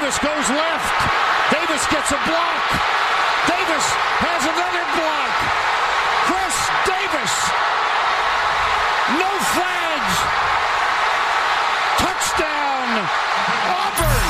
Davis goes left. Davis gets a block. Davis has another block. Chris Davis. No flags. Touchdown. Auburn.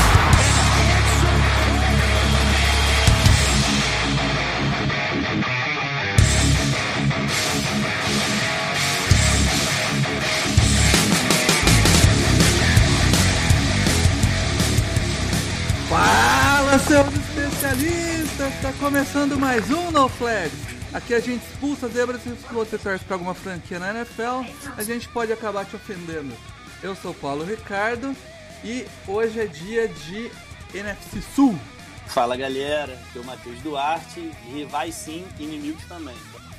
Fala, seus especialistas! Tá começando mais um No Flags. Aqui a gente expulsa as zebras e se você torce pra alguma franquia na NFL, a gente pode acabar te ofendendo. Eu sou o Paulo Ricardo e hoje é dia de NFC Sul. Fala, galera, aqui é o Matheus Duarte, rivais sim, inimigos também.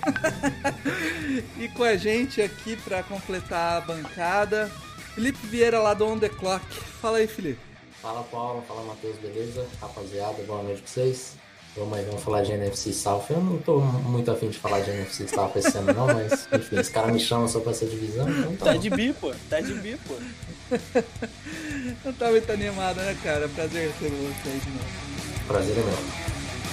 E com a gente aqui pra completar a bancada, Felipe Vieira lá do On The Clock. Fala aí, Felipe. Fala, Paulo, fala, Matheus, beleza? Rapaziada, boa noite pra vocês. Vamos falar de NFC South. Eu não tô muito afim de falar de NFC South esse ano não, mas enfim, esse cara me chama só pra essa divisão, então tá de bi, pô. Não tá muito animado, né, cara? Prazer ter você aí de novo. Prazer é meu.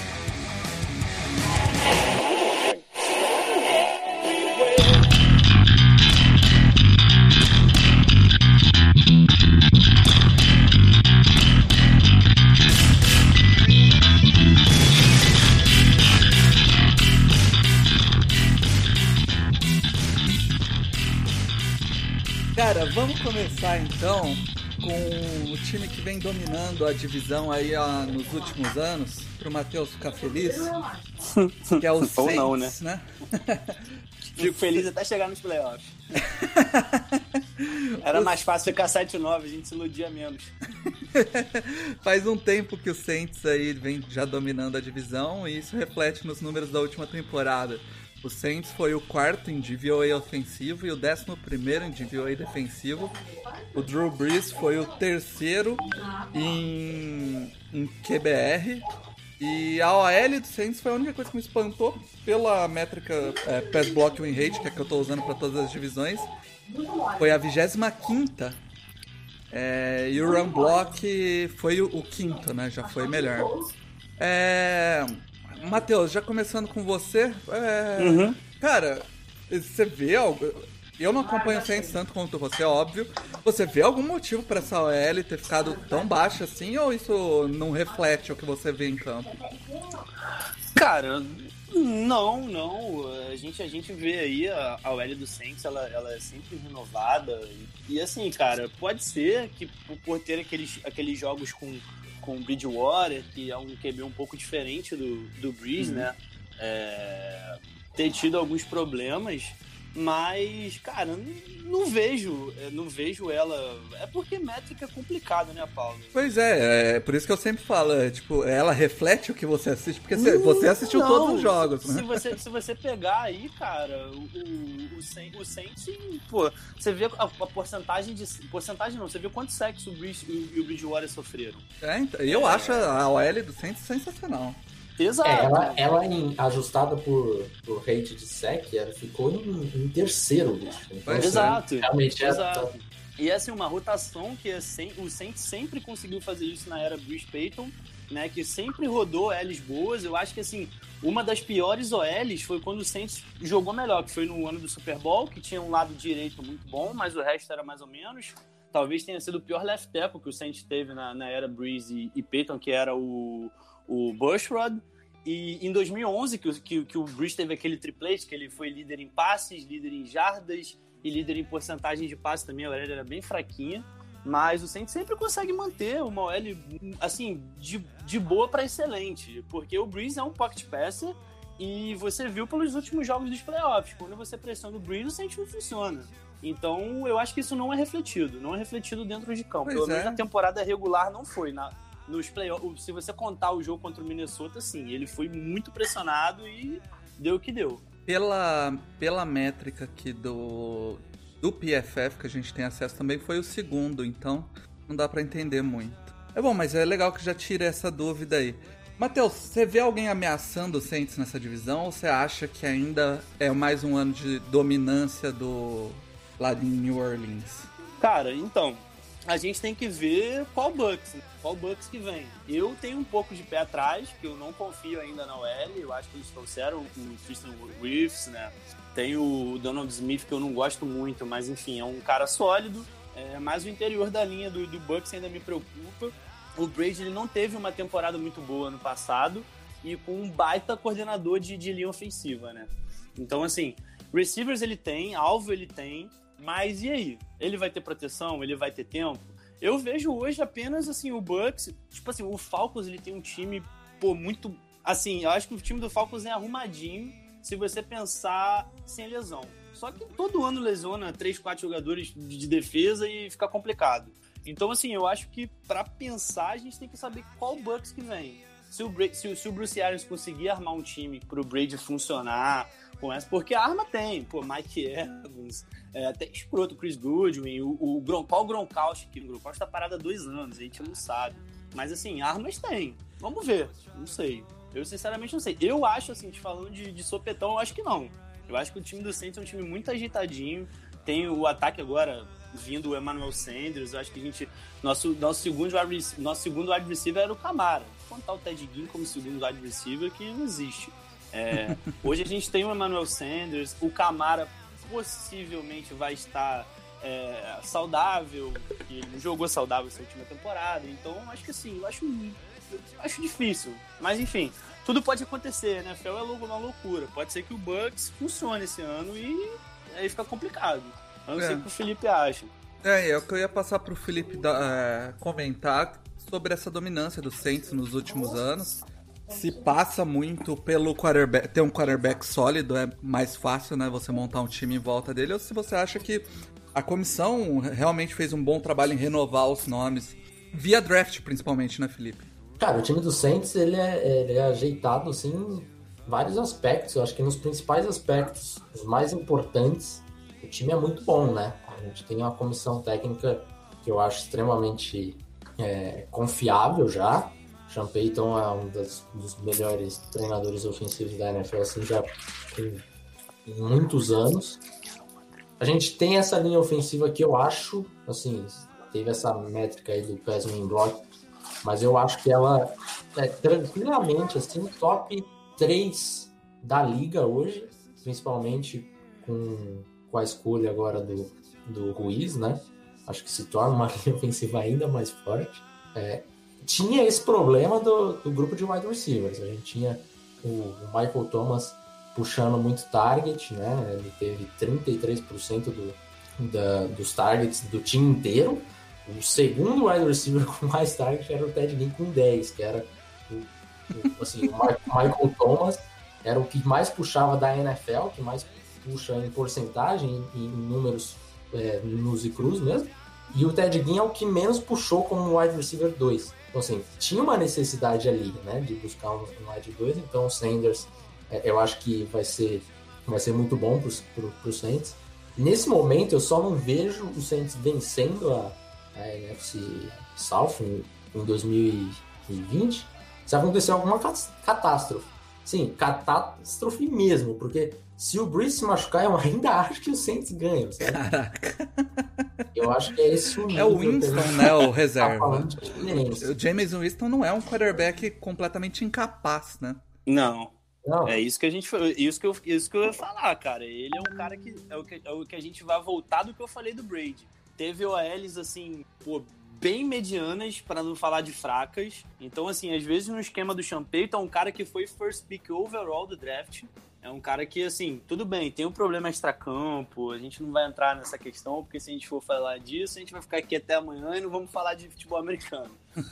Cara, vamos começar então com o time que vem dominando a divisão aí nos últimos anos, pro Matheus ficar feliz, que é o Saints, ou não, né? Fico feliz até chegar nos playoffs. Era mais fácil ficar 7-9, a gente se iludia menos. Faz um tempo que o Saints aí vem já dominando a divisão e isso reflete nos números da última temporada. O Saints foi o quarto em DVOA ofensivo e o 11º em DVOA defensivo. O Drew Brees foi o terceiro em QBR. E a OL do Saints foi a única coisa que me espantou pela métrica Pass Block Win Rate, que é a que eu estou usando para todas as divisões. Foi a 25ª. E o Run Block foi o quinto, né? Já foi melhor. Matheus, já começando com você, cara, você vê algo... Eu não acompanho o Saints tanto quanto você, é óbvio. Você vê algum motivo para essa OL ter ficado tão baixa assim, ou isso não reflete o que você vê em campo? Cara, não. A gente vê aí a OL do Saints, ela é sempre renovada. E assim, cara, pode ser que por ter aqueles jogos com o Bridgewater, que é um QB um pouco diferente do Brees, né? Ter tido alguns problemas, mas, cara, não vejo ela... É porque métrica é complicado, né, Paulo? Pois é por isso que eu sempre falo, tipo, ela reflete o que você assiste, porque você assistiu todos os jogos, né? Se você pegar aí, cara, o Saints, pô, você vê a porcentagem não, você vê quantos sacks o Brees e o Bridgewater sofreram. Então, eu acho a OL do Saints sensacional. Exato. Ela ajustada por rate de sec, ela ficou em terceiro, bicho. Então, exato. Realmente exato. E assim, uma rotação que o Saints sempre conseguiu fazer isso na era Bruce Payton, né, que sempre rodou OLs boas. Eu acho que assim, uma das piores OLs foi quando o Saints jogou melhor, que foi no ano do Super Bowl, que tinha um lado direito muito bom, mas o resto era mais ou menos. Talvez tenha sido o pior left tackle que o Saints teve na era Breeze e Payton, que era o Bushrod. E em 2011, que o Breeze teve aquele triplete, que ele foi líder em passes, líder em jardas e líder em porcentagem de passes também. A OL era bem fraquinha, mas o Saints sempre consegue manter uma OL assim, de boa para excelente, porque o Breeze é um pocket passer e você viu pelos últimos jogos dos playoffs, quando você pressiona o Breeze, o Saints não funciona. Então eu acho que isso não é refletido dentro de campo. Pelo menos na temporada regular não foi. Nos playoffs, se você contar o jogo contra o Minnesota, sim, ele foi muito pressionado e deu o que deu. Pela métrica aqui do PFF que a gente tem acesso também, foi o segundo, então não dá pra entender muito. É bom, mas é legal que já tira essa dúvida aí. Matheus, você vê alguém ameaçando o Saints nessa divisão ou você acha que ainda é mais um ano de dominância lá em New Orleans? Cara, então, a gente tem que ver qual Bucks que vem. Eu tenho um pouco de pé atrás, que eu não confio ainda na OL, eu acho que eles trouxeram o Tristan Wirfs, né? Tem o Donald Smith, que eu não gosto muito, mas enfim, é um cara sólido, mas o interior da linha do Bucks ainda me preocupa. O Brady, ele não teve uma temporada muito boa no passado, e com um baita coordenador de linha ofensiva, né? Então, assim, receivers ele tem, alvo ele tem, mas e aí? Ele vai ter proteção? Ele vai ter tempo? Eu vejo hoje apenas, assim, o Bucks... Tipo assim, o Falcons, ele tem um time, muito... Assim, eu acho que o time do Falcons é arrumadinho se você pensar sem lesão. Só que todo ano lesiona 3, 4 jogadores de defesa e fica complicado. Então, assim, eu acho que pra pensar, a gente tem que saber qual Bucks que vem. Se o Bruce Arians conseguir armar um time pro Brady funcionar... Porque a arma tem, Mike Evans, até escroto, Chris Goodwin, o Gronkowski, que o Gronkowski tá parado há 2 anos, a gente não sabe. Mas assim, armas tem. Vamos ver, não sei. Eu sinceramente não sei. Eu acho, assim, falando de sopetão, eu acho que não. Eu acho que o time do Saints é um time muito agitadinho. Tem o ataque agora vindo o Emmanuel Sanders. Eu acho que nosso segundo wide receiver era o Camara. Vou contar o Ted Ginn como segundo wide receiver, que não existe. Hoje a gente tem o Emmanuel Sanders, o Camara possivelmente vai estar saudável, ele não jogou saudável essa última temporada, então acho que assim, eu acho difícil, mas enfim, tudo pode acontecer, né? NFL é uma loucura, pode ser que o Bucks funcione esse ano e aí fica complicado, eu não sei o que o Felipe acha. É o que eu ia passar pro Felipe comentar sobre essa dominância do Saints nos últimos anos. Se passa muito pelo quarterback, ter um quarterback sólido, é mais fácil, né, você montar um time em volta dele, ou se você acha que a comissão realmente fez um bom trabalho em renovar os nomes, via draft principalmente, né, Felipe? Cara, o time do Saints, ele é ajeitado, assim, em vários aspectos. Eu acho que nos principais aspectos, os mais importantes, o time é muito bom, né? A gente tem uma comissão técnica que eu acho extremamente confiável já. Sean Payton é um dos melhores treinadores ofensivos da NFL, assim, já tem muitos anos. A gente tem essa linha ofensiva que eu acho, assim, teve essa métrica aí do pass win block, mas eu acho que ela é tranquilamente, assim, top 3 da liga hoje, principalmente com a escolha agora do Ruiz, né? Acho que se torna uma linha ofensiva ainda mais forte. Tinha esse problema do grupo de wide receivers. A gente tinha o Michael Thomas puxando muito target, né? Ele teve 33% dos targets do time inteiro. O segundo wide receiver com mais target era o Ted Ginn com 10, que era o Michael Thomas era o que mais puxava da NFL, que mais puxa em porcentagem, em números nus e cruz mesmo. E o Ted Ginn é o que menos puxou como wide receiver 2. Então, assim, tinha uma necessidade ali, né, de buscar um wide 2. Então, o Sanders, eu acho que vai ser muito bom pro Saints. Nesse momento, eu só não vejo o Saints vencendo a NFC South em 2020 se acontecer alguma catástrofe. Sim, catástrofe mesmo, porque se o Brees se machucar, eu ainda acho que o Saints ganha, sabe? Caraca. Eu acho que é esse o nível. É o Winston, né, o reserva. O Jameis Winston não é um quarterback completamente incapaz, né? Não. É isso que eu ia falar, cara. Ele é um cara que é o que a gente vai voltar do que eu falei do Brady. Teve OLs, assim, bem medianas, para não falar de fracas. Então, assim, às vezes no esquema do Sean Payton, é um cara que foi first pick overall do draft. É um cara que, assim, tudo bem, tem um problema extracampo, a gente não vai entrar nessa questão, porque se a gente for falar disso, a gente vai ficar aqui até amanhã e não vamos falar de futebol americano.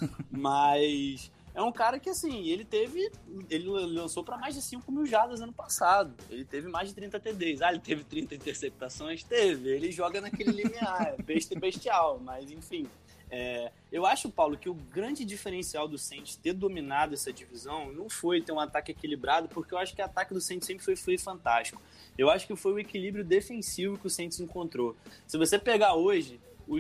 Mas é um cara que, assim, ele lançou para mais de 5 mil jardas ano passado. Ele teve mais de 30 TDs. Ele teve 30 interceptações? Teve. Ele joga naquele limiar, bestial, mas enfim. Eu acho, Paulo, que o grande diferencial do Saints ter dominado essa divisão não foi ter um ataque equilibrado, porque eu acho que o ataque do Saints sempre foi fantástico. Eu acho que foi o equilíbrio defensivo que o Saints encontrou. Se você pegar hoje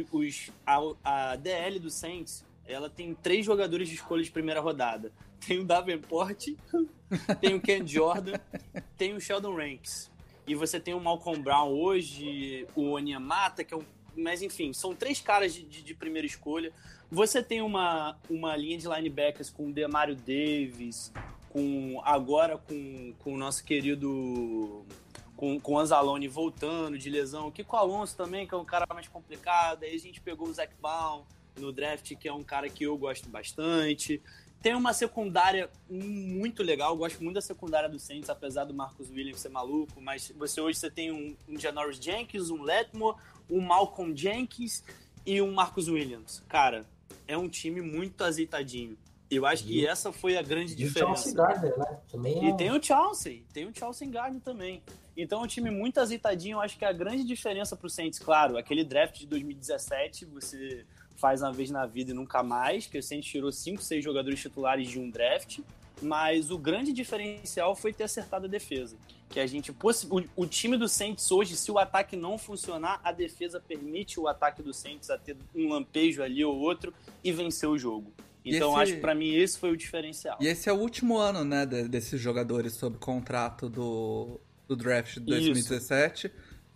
a DL do Saints, ela tem 3 jogadores de escolha de primeira rodada. Tem o Davenport, tem o Ken Jordan, tem o Sheldon Ranks. E você tem o Malcolm Brown hoje, o Onyemata, que é um mas enfim, são 3 caras de primeira escolha. Você tem uma linha de linebackers com o Demario Davis, agora com o nosso querido... Com o Anzalone voltando de lesão. O Kiko Alonso também, que é um cara mais complicado. Aí a gente pegou o Zach Baum no draft, que é um cara que eu gosto bastante. Tem uma secundária muito legal. Eu gosto muito da secundária do Saints, apesar do Marcus Williams ser maluco. Mas hoje você tem um Janoris Jenkins, um Letmore, um Malcolm Jenkins e um Marcus Williams. Cara, é um time muito azeitadinho. Eu acho que essa foi a grande diferença. O Chauncey Gardner, né? Também E tem o Chauncey Gardner também. Então é um time muito azeitadinho. Eu acho que a grande diferença pro Saints, claro, aquele draft de 2017, você faz uma vez na vida e nunca mais, que o Saints tirou 5, 6 jogadores titulares de um draft, mas o grande diferencial foi ter acertado a defesa. Que a gente, o time do Saints hoje, se o ataque não funcionar, a defesa permite o ataque do Saints a ter um lampejo ali ou outro e vencer o jogo. Então, acho que pra mim esse foi o diferencial. E esse é o último ano, né, desses jogadores sob contrato do draft de 2017.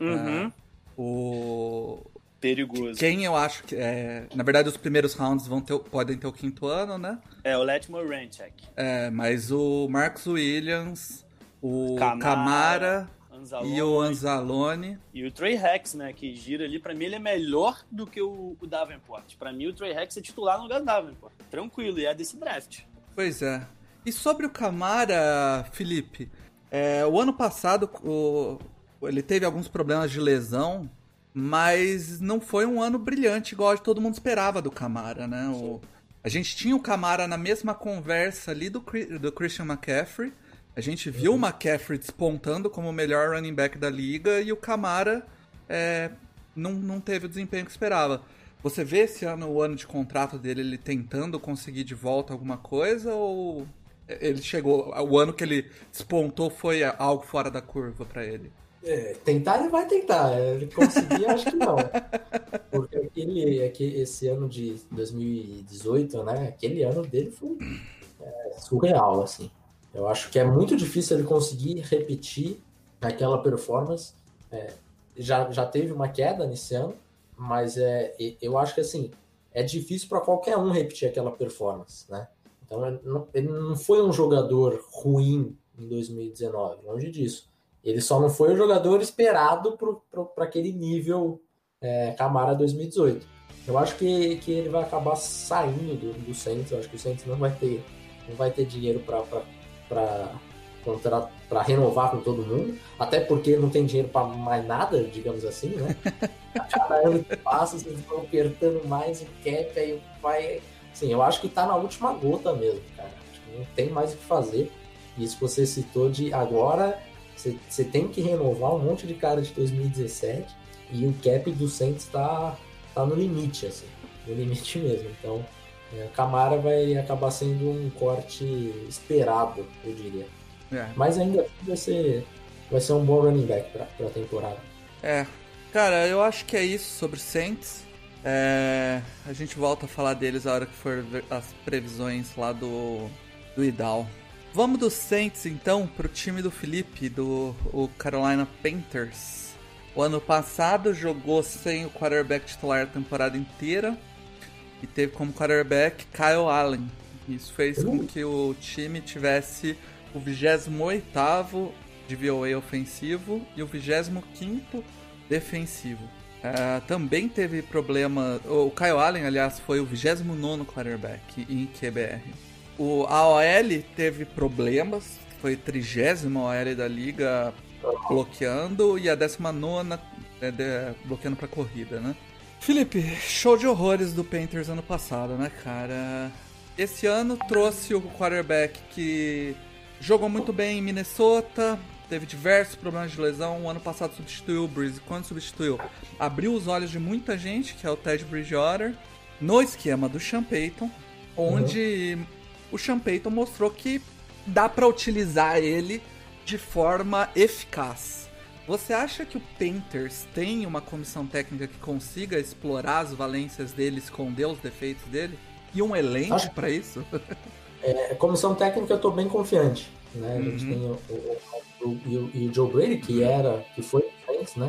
Perigoso. Quem eu acho que... na verdade, os primeiros rounds podem ter o 5º ano, né? O Letmore Ranchek. Mas o Marcus Williams, o Camara Anzalone, e o Anzalone. E o Trey Rex, né, que gira ali. Pra mim, ele é melhor do que o Davenport. Pra mim, o Trey Rex é titular no lugar do Davenport. Tranquilo, e é desse draft. Pois é. E sobre o Camara, Felipe, o ano passado ele teve alguns problemas de lesão, mas não foi um ano brilhante igual todo mundo esperava do Camara, né? A gente tinha o Camara na mesma conversa ali do Christian McCaffrey. A gente viu o McCaffrey despontando como o melhor running back da liga e o Camara não teve o desempenho que esperava. Você vê esse ano, o ano de contrato dele, ele tentando conseguir de volta alguma coisa, ou ele chegou, o ano que ele despontou foi algo fora da curva pra ele? Tentar ele vai tentar, ele conseguir acho que não, porque esse ano de 2018, né, aquele ano dele foi surreal, assim. Eu acho que é muito difícil ele conseguir repetir aquela performance. Já teve uma queda nesse ano, mas eu acho que assim, é difícil para qualquer um repetir aquela performance, né? Então ele não foi um jogador ruim em 2019, longe disso. Ele só não foi o jogador esperado para aquele nível Camara 2018. Eu acho que ele vai acabar saindo do Saints. Eu acho que o Saints não vai ter dinheiro para renovar com todo mundo, até porque não tem dinheiro para mais nada, digamos assim, né? Cada ano que passa, vocês vão apertando mais o cap, aí vai... Assim, eu acho que tá na última gota mesmo, cara. Acho que não tem mais o que fazer. Isso que você citou de agora, você tem que renovar um monte de cara de 2017 e o cap do Saints tá no limite, assim, no limite mesmo. Então, Camara vai acabar sendo um corte esperado, eu diria. Mas ainda assim vai ser um bom running back pra temporada. Cara, eu acho que é isso sobre Saints. A gente volta a falar deles a hora que for as previsões lá do Idal. Vamos do Saints então pro time do Felipe, o Carolina Panthers. O ano passado jogou sem o quarterback titular a temporada inteira e teve como quarterback Kyle Allen. Isso fez com que o time tivesse o 28º de VOA ofensivo e o 25º defensivo. Também teve problema... O Kyle Allen, aliás, foi o 29º quarterback em QBR. A OL teve problemas, foi a 30ª OL da liga bloqueando e a 19ª bloqueando pra corrida, né? Felipe, show de horrores do Panthers ano passado, né, cara? Esse ano trouxe o quarterback que jogou muito bem em Minnesota, teve diversos problemas de lesão. O ano passado substituiu o Breeze. Quando substituiu, abriu os olhos de muita gente, que é o Ted Bridgewater, no esquema do Sean Payton, onde o Sean Payton mostrou que dá para utilizar ele de forma eficaz. Você acha que o Panthers tem uma comissão técnica que consiga explorar as valências dele, esconder os defeitos dele? E um elenco para isso? Comissão técnica eu tô bem confiante, né? A gente tem o Joe Brady, que foi Saints, né?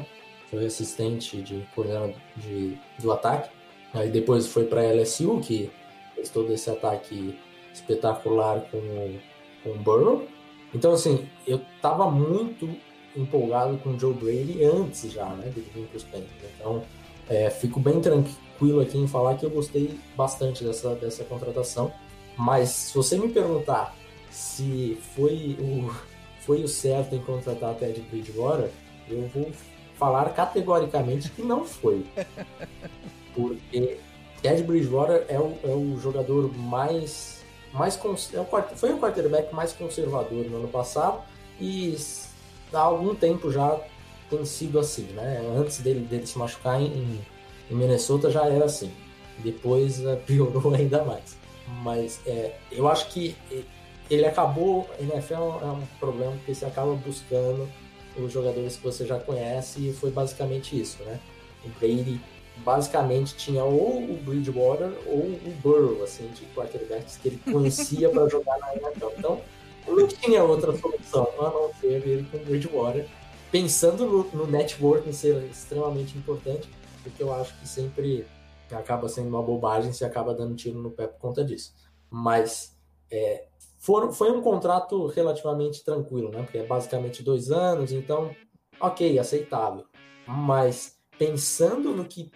foi assistente de coordenador do ataque. Aí depois foi para LSU, que fez todo esse ataque espetacular com o Burrow. Então, assim, eu tava muito empolgado com o Joe Brady antes já, né, de vir para os Panthers. Então, fico bem tranquilo aqui em falar que eu gostei bastante dessa contratação. Mas se você me perguntar se foi o certo em contratar Ted Bridgewater, eu vou falar categoricamente que não foi. Porque Ted Bridgewater é o jogador foi o quarterback mais conservador no ano passado e há algum tempo já tem sido assim, né? Antes dele se machucar em Minnesota já era assim. Depois piorou ainda mais. Mas eu acho que ele acabou... NFL é um problema porque você acaba buscando os jogadores que você já conhece e foi basicamente isso, né? O Brady basicamente tinha ou o Bridgewater ou o Burrow, assim, de quarterbacks que ele conhecia para jogar na NFL. Então, não tinha outra solução a não ser ele com o Bridgewater, pensando no networking ser extremamente importante, porque eu acho que sempre acaba sendo uma bobagem se acaba dando tiro no pé por conta disso. Mas foi um contrato relativamente tranquilo, né? Porque é basicamente 2 anos, então, ok, aceitável. Mas pensando no que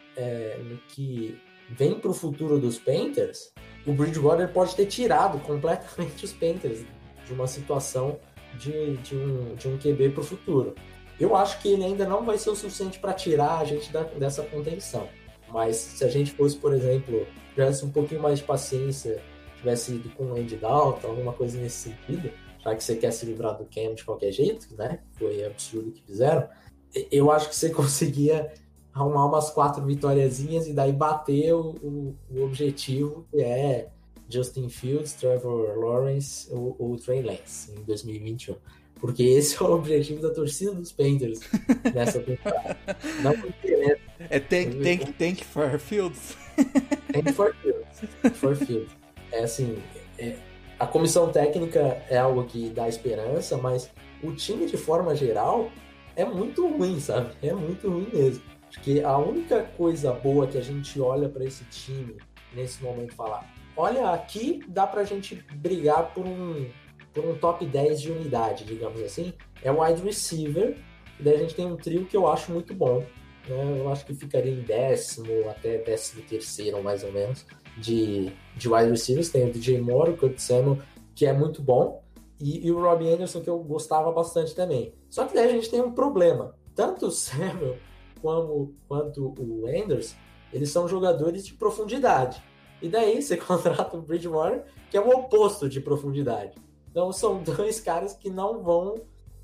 vem para o futuro dos Panthers, o Bridgewater pode ter tirado completamente os Panthers de uma situação de um QB para o futuro. Eu acho que ele ainda não vai ser o suficiente para tirar a gente dessa contenção. Mas se a gente fosse, por exemplo, tivesse um pouquinho mais de paciência, tivesse ido com o Andy Dalton, alguma coisa nesse sentido, já que você quer se livrar do Cam de qualquer jeito, né? Foi absurdo o que fizeram. Eu acho que você conseguia arrumar umas 4 vitóriazinhas e daí bater o objetivo, que é Justin Fields, Trevor Lawrence ou Trey Lance em 2021. Porque esse é o objetivo da torcida dos Panthers nessa temporada. Não interessa. Tank for Fields. Tank for Fields. Assim, a comissão técnica é algo que dá esperança, mas o time de forma geral é muito ruim, sabe? É muito ruim mesmo. Porque a única coisa boa que a gente olha para esse time nesse momento e falar, olha, aqui dá pra gente brigar por um top 10 de unidade, digamos assim, é o wide receiver, e daí a gente tem um trio que eu acho muito bom, né? Eu acho que ficaria em 10º até 13º, mais ou menos, de wide receivers. Tem o DJ Moore, o Kurt Samuel, que é muito bom, e o Robbie Anderson, que eu gostava bastante também. Só que daí a gente tem um problema, tanto o Samuel quanto o Anderson, eles são jogadores de profundidade, e daí você contrata o Bridgewater, que é o oposto de profundidade. Então são 2 caras que não vão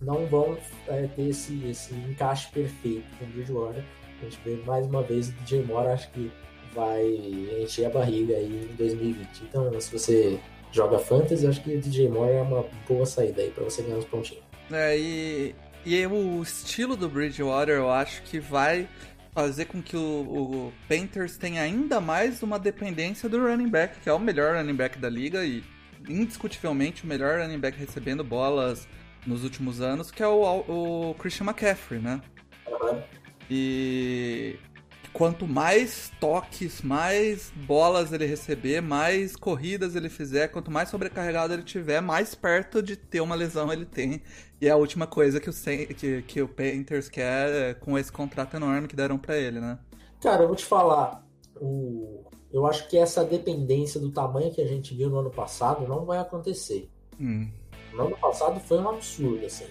ter esse encaixe perfeito com o Bridgewater. A gente vê mais uma vez o DJ Moore, acho que vai encher a barriga aí em 2020. Então, se você joga Fantasy, acho que o DJ Moore é uma boa saída aí para você ganhar uns pontinhos. E o estilo do Bridgewater, eu acho que vai fazer com que o Panthers tenha ainda mais uma dependência do running back, que é o melhor running back da liga e indiscutivelmente o melhor running back recebendo bolas nos últimos anos, que é o Christian McCaffrey, né? Uhum. E quanto mais toques, mais bolas ele receber, mais corridas ele fizer, quanto mais sobrecarregado ele tiver, mais perto de ter uma lesão ele tem. E é a última coisa que o Panthers quer com esse contrato enorme que deram pra ele, né? Cara, eu vou te falar, eu acho que essa dependência do tamanho que a gente viu no ano passado não vai acontecer. No ano passado foi um absurdo, assim.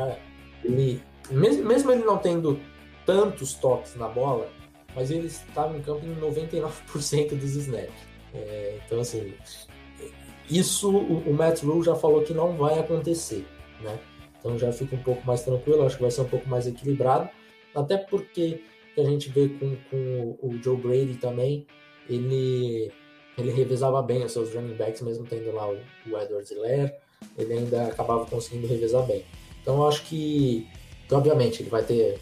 Mesmo ele não tendo tantos toques na bola, mas ele estava em campo em 99% dos snaps. Então, assim, isso o Matt Rhule já falou que não vai acontecer, né? Então já fica um pouco mais tranquilo, acho que vai ser um pouco mais equilibrado, até porque a gente vê com o Joe Brady também, ele revezava bem os seus running backs, mesmo tendo lá o Edwards-Helaire, ele ainda acabava conseguindo revezar bem. Então eu acho que obviamente, ele vai ter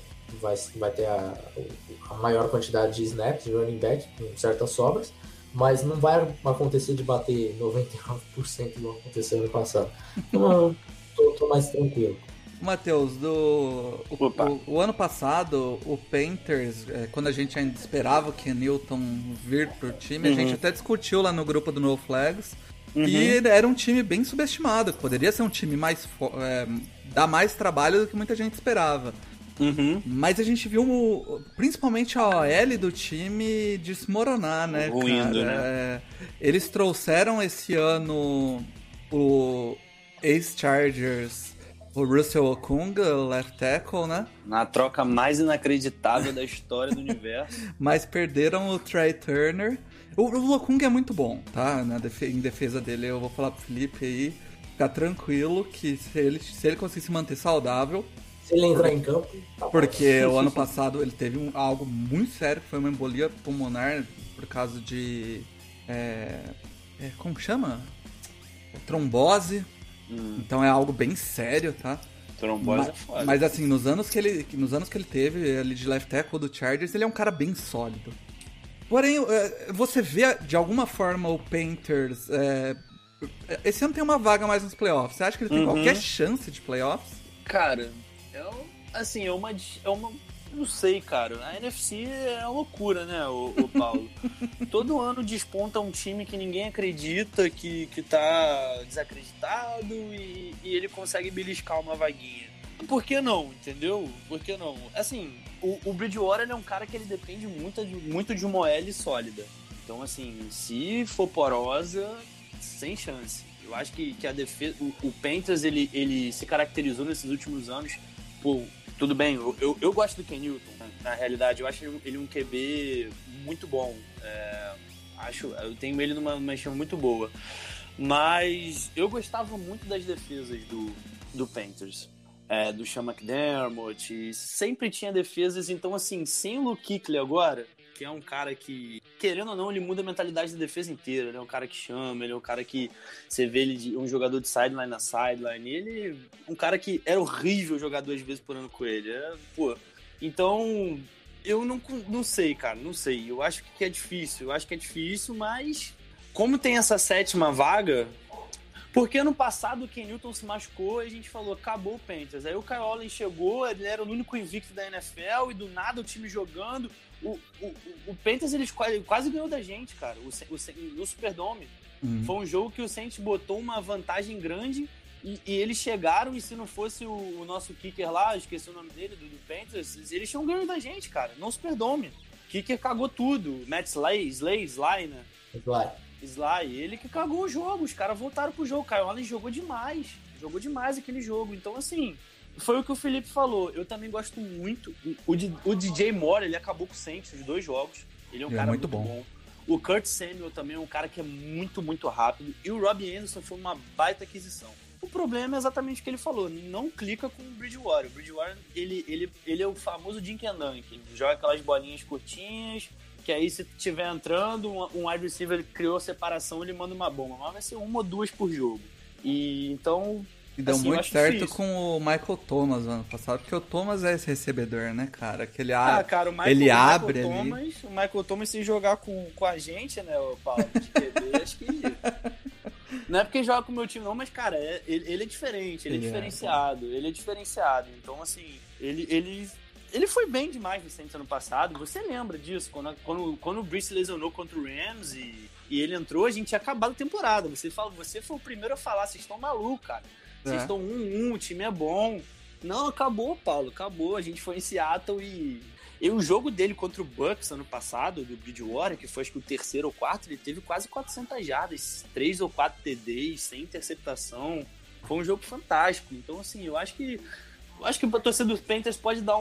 a maior quantidade de snaps de running back, com certas sobras, mas não vai acontecer de bater 99% igual aconteceu ano passado. Então eu tô mais tranquilo. Matheus, Opa. o ano passado, o Panthers, quando a gente ainda esperava o Ken Newton vir pro time, a gente até discutiu lá no grupo do No Flags, e era um time bem subestimado, poderia ser um time dar mais trabalho do que muita gente esperava. Mas a gente viu principalmente a OL do time desmoronar, né, ruindo, cara? né? Eles trouxeram esse ano o ex-Chargers, o Russell Okunga, o left tackle, né? Na troca mais inacreditável da história do universo. Mas perderam o Trey Turner. O Okunga é muito bom, tá? Em defesa dele, eu vou falar pro Felipe aí, ficar tranquilo que se ele conseguir se manter saudável... Se ele entrar em campo... Tá, porque o ano passado ele teve algo muito sério, que foi uma embolia pulmonar por causa de... como chama? Trombose. Então é algo bem sério, tá? Trombose é foda. Mas assim, nos anos que ele teve ali de left tackle do Chargers, ele é um cara bem sólido. Porém, você vê de alguma forma o Panthers... esse ano tem uma vaga mais nos playoffs. Você acha que ele tem qualquer chance de playoffs? Cara, é uma... Não sei, cara. A NFC é uma loucura, né, o Paulo? Todo ano desponta um time que ninguém acredita, que tá desacreditado e ele consegue beliscar uma vaguinha. Por que não, entendeu? Por que não? Assim, o Bridgewater é um cara que ele depende muito de uma OL sólida. Então, assim, se for porosa, sem chance. Eu acho que a defesa... O Panthers, ele se caracterizou nesses últimos anos por... Tudo bem, eu gosto do Ken Newton, né? Na realidade. Eu acho ele um QB muito bom. Eu tenho ele numa estima muito boa. Mas eu gostava muito das defesas do Panthers. Do Sean McDermott. Sempre tinha defesas. Então, assim, sem o Luke Kuechly agora, que é um cara que, querendo ou não, ele muda a mentalidade da defesa inteira. Ele é um cara que chama, ele é um cara que você vê ele um jogador de sideline na sideline. Ele um cara que era horrível jogar 2 vezes por ano com ele. Então, eu não sei, cara, não sei. Eu acho que é difícil, mas como tem essa 7ª vaga... Porque ano passado o Ken Newton se machucou e a gente falou, acabou o Panthers. Aí o Kyle Allen chegou, ele era o único invicto da NFL e do nada o time jogando. O Panthers ele quase ganhou da gente, cara, no Superdome. Foi um jogo que o Saints botou uma vantagem grande e eles chegaram e se não fosse o nosso kicker lá, eu esqueci o nome dele, do Panthers, eles tinham ganho da gente, cara, no Superdome. Kicker cagou tudo. Matt Sly, né? Sly, ele que cagou o jogo, os caras voltaram pro jogo, Kyle Allen jogou demais aquele jogo, então assim, foi o que o Felipe falou, eu também gosto muito, o DJ Moore, ele acabou com o Saints, os 2 jogos, ele é um cara muito bom. O Kurt Samuel também é um cara que é muito, muito rápido, e o Robbie Anderson foi uma baita aquisição. O problema é exatamente o que ele falou, não clica com o Bridgewater. O Bridgewater, ele é o famoso Dink and Dunk, ele joga aquelas bolinhas curtinhas, que aí se tiver entrando, um wide receiver ele criou a separação, ele manda uma bomba, mas vai ser 1 ou 2 por jogo. E então... E deu muito certo com o Michael Thomas no ano passado, porque o Thomas é esse recebedor, né, cara? Que ele, cara, ele abre ali. O Michael Thomas, se jogar com a gente, né, o Paulo, de QB, acho que... Não é porque joga com o meu time não, mas, cara, ele é diferente, ele é diferenciado. Então, assim, ele foi bem demais no Saints ano passado. Você lembra disso? Quando o Brees se lesionou contra o Rams e ele entrou, a gente tinha acabado a temporada. Você foi o primeiro a falar, vocês estão malucos, cara. Vocês estão 1-1, o time é bom. Não, acabou, Paulo, acabou. A gente foi em Seattle e o jogo dele contra o Bucks ano passado, do Bridgewater, que foi acho que o 3º ou 4º, ele teve quase 400 jardas, 3 ou 4 TDs, sem interceptação. Foi um jogo fantástico. Então, assim, eu acho que a torcida dos Panthers pode dar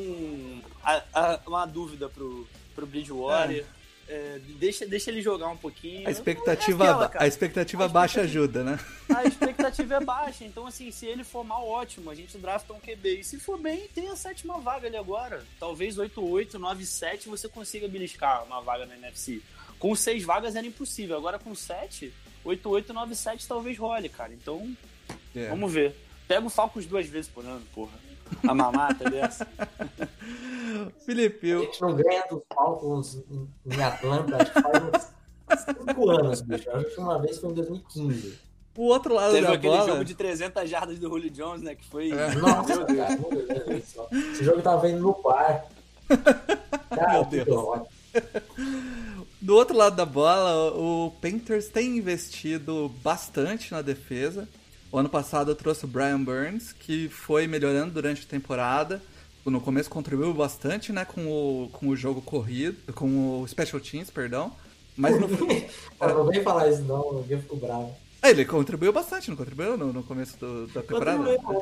uma dúvida pro Bridgewater. Deixa ele jogar um pouquinho. A expectativa baixa ajuda, né? A expectativa é baixa. Então, assim, se ele for mal, ótimo. A gente drafta um QB. E se for bem, tem a 7ª vaga ali agora. Talvez 8-8, 9-7 você consiga beliscar uma vaga na NFC. Com 6 vagas era impossível. Agora com 7, 8-8, 9-7 talvez role, cara. Então, vamos ver. Pega o Falcons 2 vezes por ano, porra. A mamata dessa. Felipe, a gente não ganha dos Falcons em Atlanta, acho que faz uns 5 anos, bicho. A última vez foi em 2015. O outro lado Teve da aquele bola... jogo de 300 jardas do Julio Jones, né? Que foi... Nossa, cara, meu Deus do céu. Esse jogo tava vendo no par. Cara, Meu Deus. que ótimo. Do outro lado da bola, o Panthers tem investido bastante na defesa. O ano passado eu trouxe o Brian Burns, que foi melhorando durante a temporada. No começo contribuiu bastante, né, com o jogo corrido, com o Special Teams, perdão. Mas no... Não vem falar isso não, eu fico bravo. Ele contribuiu bastante, não contribuiu no começo da temporada?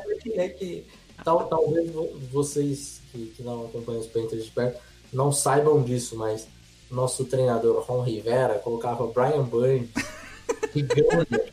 Talvez vocês que não acompanham os Panthers de perto não saibam disso, mas nosso treinador Ron Rivera colocava Brian Burns e Gunner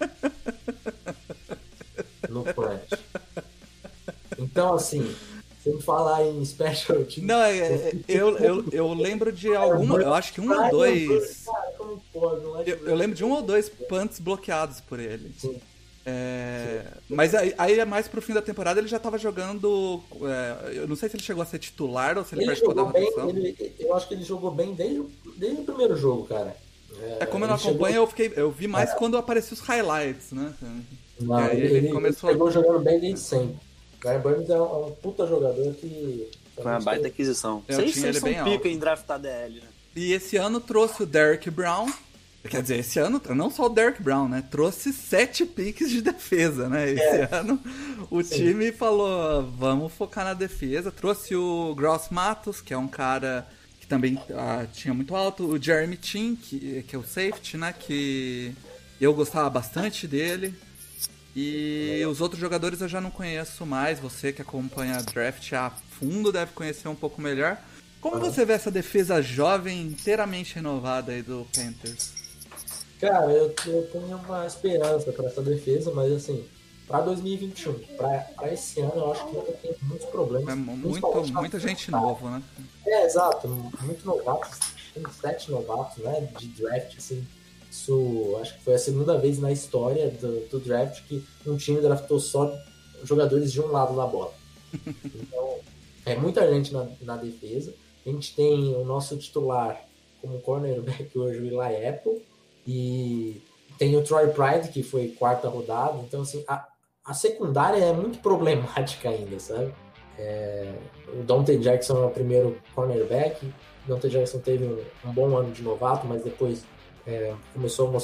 no punch. Então, assim, se eu falar em special team... Não, eu lembro de alguma... Eu acho que um ou dois... Cara, como pode? Não é eu lembro de um ou dois punts bloqueados por ele. Sim. Mas aí é mais pro fim da temporada, ele já tava jogando... eu não sei se ele chegou a ser titular ou se ele participou da rotação. Eu acho que ele jogou bem desde o primeiro jogo, cara. Como eu não acompanho, eu vi mais quando apareciam os highlights, né? Não, aí ele começou... chegou jogando bem desde sempre. O Brian Burns é um puta jogador que... Foi uma baita aquisição. Vocês são pica em draftar DL, né? E esse ano trouxe o Derrick Brown. Quer dizer, esse ano, não só o Derrick Brown, né? Trouxe 7 piques de defesa, né? Esse ano o time falou, vamos focar na defesa. Trouxe o Gross Matos, que é um cara que também tinha muito alto. O Jeremy Chin, que é o safety, né? Que eu gostava bastante dele. E os outros jogadores eu já não conheço mais. Você que acompanha a draft a fundo deve conhecer um pouco melhor. Como você vê essa defesa jovem inteiramente renovada aí do Panthers? Cara, eu tenho uma esperança para essa defesa, mas assim, para 2021, para esse ano, eu acho que ainda tem muitos problemas. Muita gente nova, né? Exato, muito novatos. Tem 7 novatos, né? De draft, assim. Isso acho que foi a segunda vez na história do draft que um time draftou só jogadores de um lado da bola. Então, é muita gente na defesa. A gente tem o nosso titular como cornerback hoje, o Eli Apple. E tem o Troy Pride, que foi 4ª rodada. Então, assim, a secundária é muito problemática ainda, sabe? O Dante Jackson é o primeiro cornerback. O Dante Jackson teve um bom ano de novato, mas depois começou a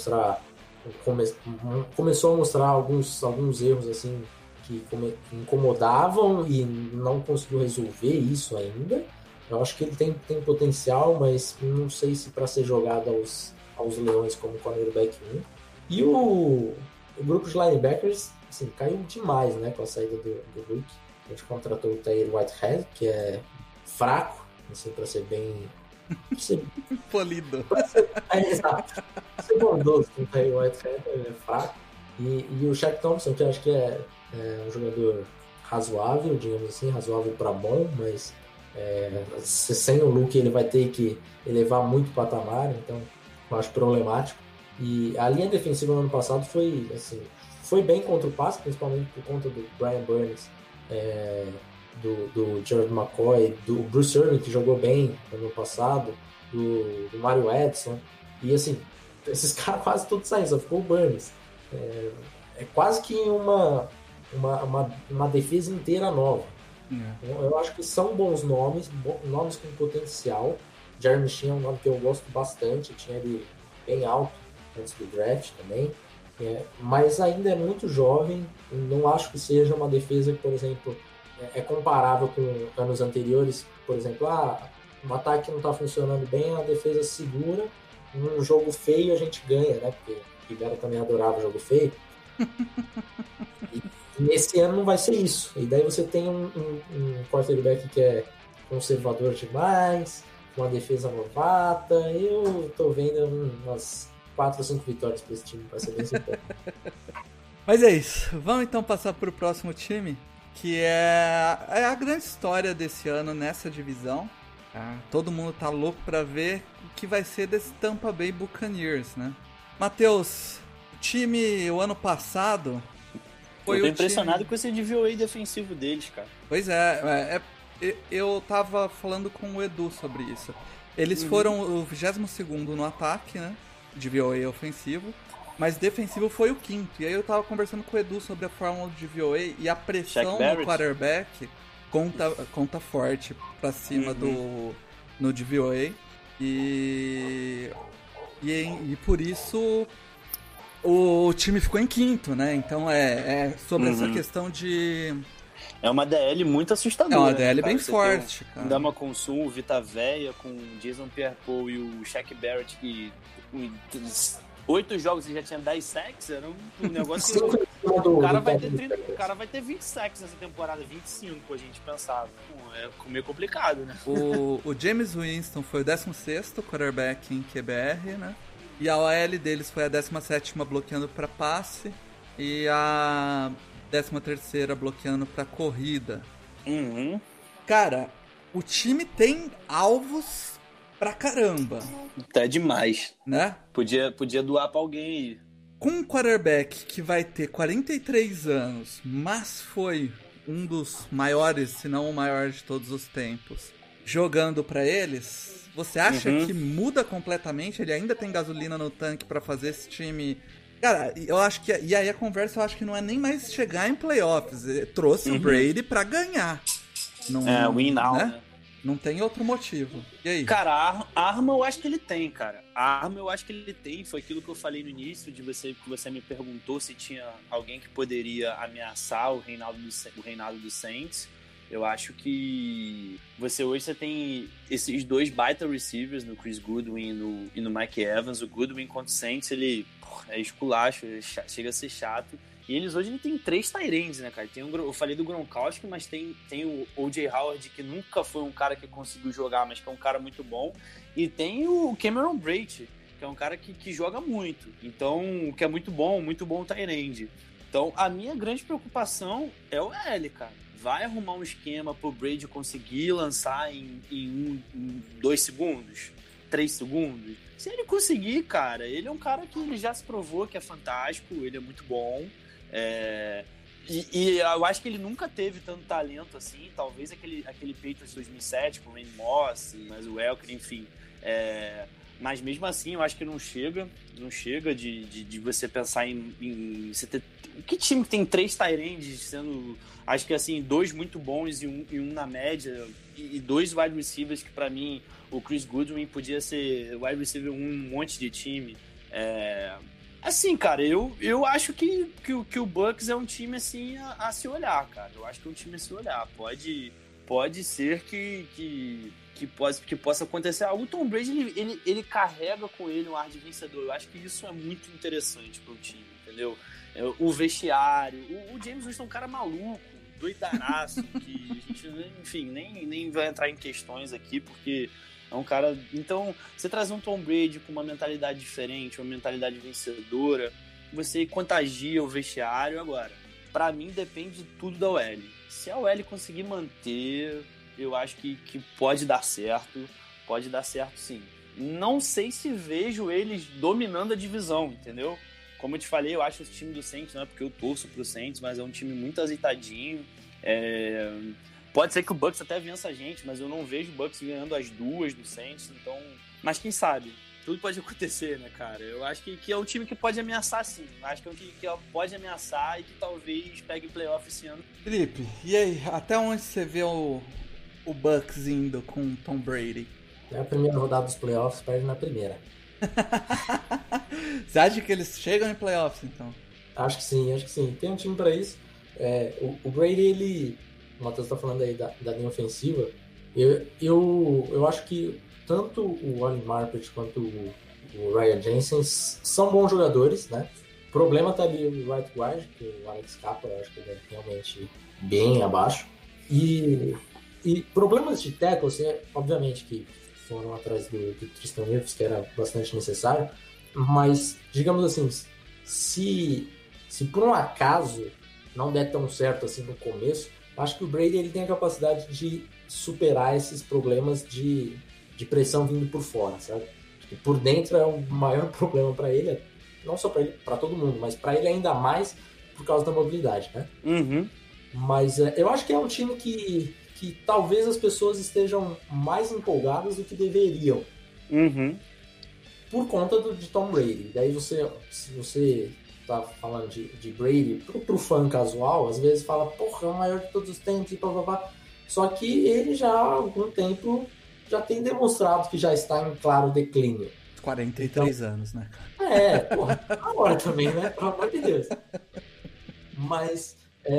mostrar alguns erros assim que incomodavam e não conseguiu resolver isso ainda. Eu acho que ele tem potencial, mas não sei se para ser jogado aos Leões como cornerback 1. E o grupo de linebackers assim, caiu demais, né, com a saída do Luke. A gente contratou o Tahir Whitehead, que é fraco, assim, para ser bem... polido. Exato. Ser bondoso com o Tahir Whitehead, ele é fraco. E o Shaq Thompson, que eu acho que é um jogador razoável, digamos assim, razoável para bom, mas sem o Luke ele vai ter que elevar muito o patamar, então eu acho problemático. E a linha defensiva no ano passado foi bem contra o passe, principalmente por conta do Brian Burns, do Gerald McCoy, do Bruce Irvin, que jogou bem no ano passado, do Mario Edson. E assim, esses caras quase todos saíram, só ficou o Burns. É quase que uma defesa inteira nova. Eu acho que são bons nomes com potencial. Jeremy Chin é um nome que eu gosto bastante, tinha ele bem alto antes do draft também, mas ainda é muito jovem. Não acho que seja uma defesa que, por exemplo, é comparável com anos anteriores. Por exemplo, um ataque não está funcionando bem, a defesa segura, num jogo feio a gente ganha, né? Porque o Ribeiro também adorava jogo feio. E nesse ano não vai ser isso. E daí você tem um quarterback que é conservador demais, uma defesa novata. Eu tô vendo umas 4 ou 5 vitórias para esse time, para ser bem sincero. Mas é isso. Vamos então passar para o próximo time, que é a grande história desse ano nessa divisão. Todo mundo tá louco para ver o que vai ser desse Tampa Bay Buccaneers, né? Matheus, o time o ano passado foi eu tô impressionado com esse DVOA defensivo deles, cara. Pois é, eu tava falando com o Edu sobre isso. Eles foram o 22º no ataque, né? DVOA ofensivo. mas defensivo foi o quinto. E aí eu tava conversando com o Edu sobre a fórmula de DVOA e a pressão no quarterback conta forte pra cima no DVOA. E por isso o time ficou em quinto, né? Então é sobre essa questão de... É uma DL muito assustadora. É uma DL né, bem forte, cara. Dama Consum, o Vita Veia, com Jason Pierre-Paul e o Shaq Barrett, que em 8 jogos ele já tinha 10 sacks, era um negócio que o cara vai ter 20 sacks nessa temporada, 25, a gente pensava. É meio complicado, né? O James Winston foi o 16º quarterback em QBR, né? E a OL deles foi a 17ª bloqueando para passe e a 13ª bloqueando para corrida. Cara, o time tem alvos pra caramba. Tá demais. Né? Podia doar pra alguém aí. Com um quarterback que vai ter 43 anos, mas foi um dos maiores, se não o maior de todos os tempos, jogando pra eles, você acha que muda completamente? Ele ainda tem gasolina no tanque pra fazer esse time... Cara, eu acho que... E aí a conversa eu acho que não é nem mais chegar em playoffs. Ele trouxe o Brady pra ganhar. Não, win now, né? Não tem outro motivo. E aí? Cara, a arma eu acho que ele tem, cara. A arma eu acho que ele tem. Foi aquilo que eu falei no início, que você me perguntou se tinha alguém que poderia ameaçar o reinado do Saints. Eu acho que hoje você tem esses dois baita receivers, no Chris Goodwin e no Mike Evans. O Goodwin contra o Saints, ele é esculacho, chega a ser chato. E eles hoje tem 3 tight ends, né, cara? Eu falei do Gronkowski, mas tem o O.J. Howard, que nunca foi um cara que conseguiu jogar, mas que é um cara muito bom. E tem o Cameron Brate, que é um cara que joga muito. Então, que é muito bom tight end. Então, a minha grande preocupação é o L, cara. Vai arrumar um esquema pro Brady conseguir lançar em 2 segundos, 3 segundos. Se ele conseguir, cara, ele é um cara que ele já se provou que é fantástico, ele é muito bom. E eu acho que ele nunca teve tanto talento assim. Talvez aquele Patriots de 2007 com o Randy Moss, mas o Welker, enfim. Mas mesmo assim, eu acho que não chega de você pensar em você ter... Que time que tem 3 tight ends sendo... Acho que assim, 2 muito bons e um na média, e 2 wide receivers que pra mim, o Chris Goodwin podia ser wide receiver um monte de time. Assim, cara, eu acho que o Bucks é um time assim a se olhar, cara. Eu acho que é um time a se olhar. Pode ser que possa acontecer algo. O Tom Brady, ele carrega com ele um ar de vencedor. Eu acho que isso é muito interessante pro time, entendeu? O vestiário, o James Winston é um cara maluco, doidaraço, que a gente, enfim, nem vai entrar em questões aqui, porque é um cara... Então, você traz um Tom Brady com uma mentalidade diferente, uma mentalidade vencedora, você contagia o vestiário. Agora, pra mim, depende de tudo da OL. Se a OL conseguir manter, eu acho que pode dar certo sim. Não sei se vejo eles dominando a divisão, entendeu? Como eu te falei, eu acho esse time do Saints, não é porque eu torço pro Saints, mas é um time muito azeitadinho. Pode ser que o Bucks até vença a gente, mas eu não vejo o Bucks ganhando as 2 do Saints, então... Mas quem sabe? Tudo pode acontecer, né, cara? Eu acho que é um time que pode ameaçar, sim. Eu acho que é um time que pode ameaçar e que talvez pegue playoff esse ano. Felipe, e aí? Até onde você vê o Bucks indo com o Tom Brady? É a primeira rodada dos playoffs, perde na primeira. Você acha que eles chegam em playoffs, então? Acho que sim. Tem um time pra isso. O Brady, ele... O Matheus tá falando aí da linha ofensiva. Eu acho que tanto o Olin Marpet quanto o Ryan Jensen são bons jogadores, né? O problema tá ali o right guard, que o Alex Capa, eu acho que ele é realmente bem abaixo. E problemas de tackle, assim, obviamente que foram atrás do Tristan Wirfs, que era bastante necessário, mas, digamos assim, se por um acaso não der tão certo assim no começo, acho que o Brady ele tem a capacidade de superar esses problemas de pressão vindo por fora, sabe? E por dentro é o maior problema para ele, não só para ele, para todo mundo, mas para ele ainda mais por causa da mobilidade, né? Uhum. Mas eu acho que é um time que talvez as pessoas estejam mais empolgadas do que deveriam. Uhum. por conta de Tom Brady. Daí se você tá falando de Brady, pro fã casual, às vezes fala, porra, é o maior de todos os tempos e blá. Só que ele já há algum tempo já tem demonstrado que já está em claro declínio. 43 anos, né? Porra, agora também, né? Pelo amor de Deus. Mas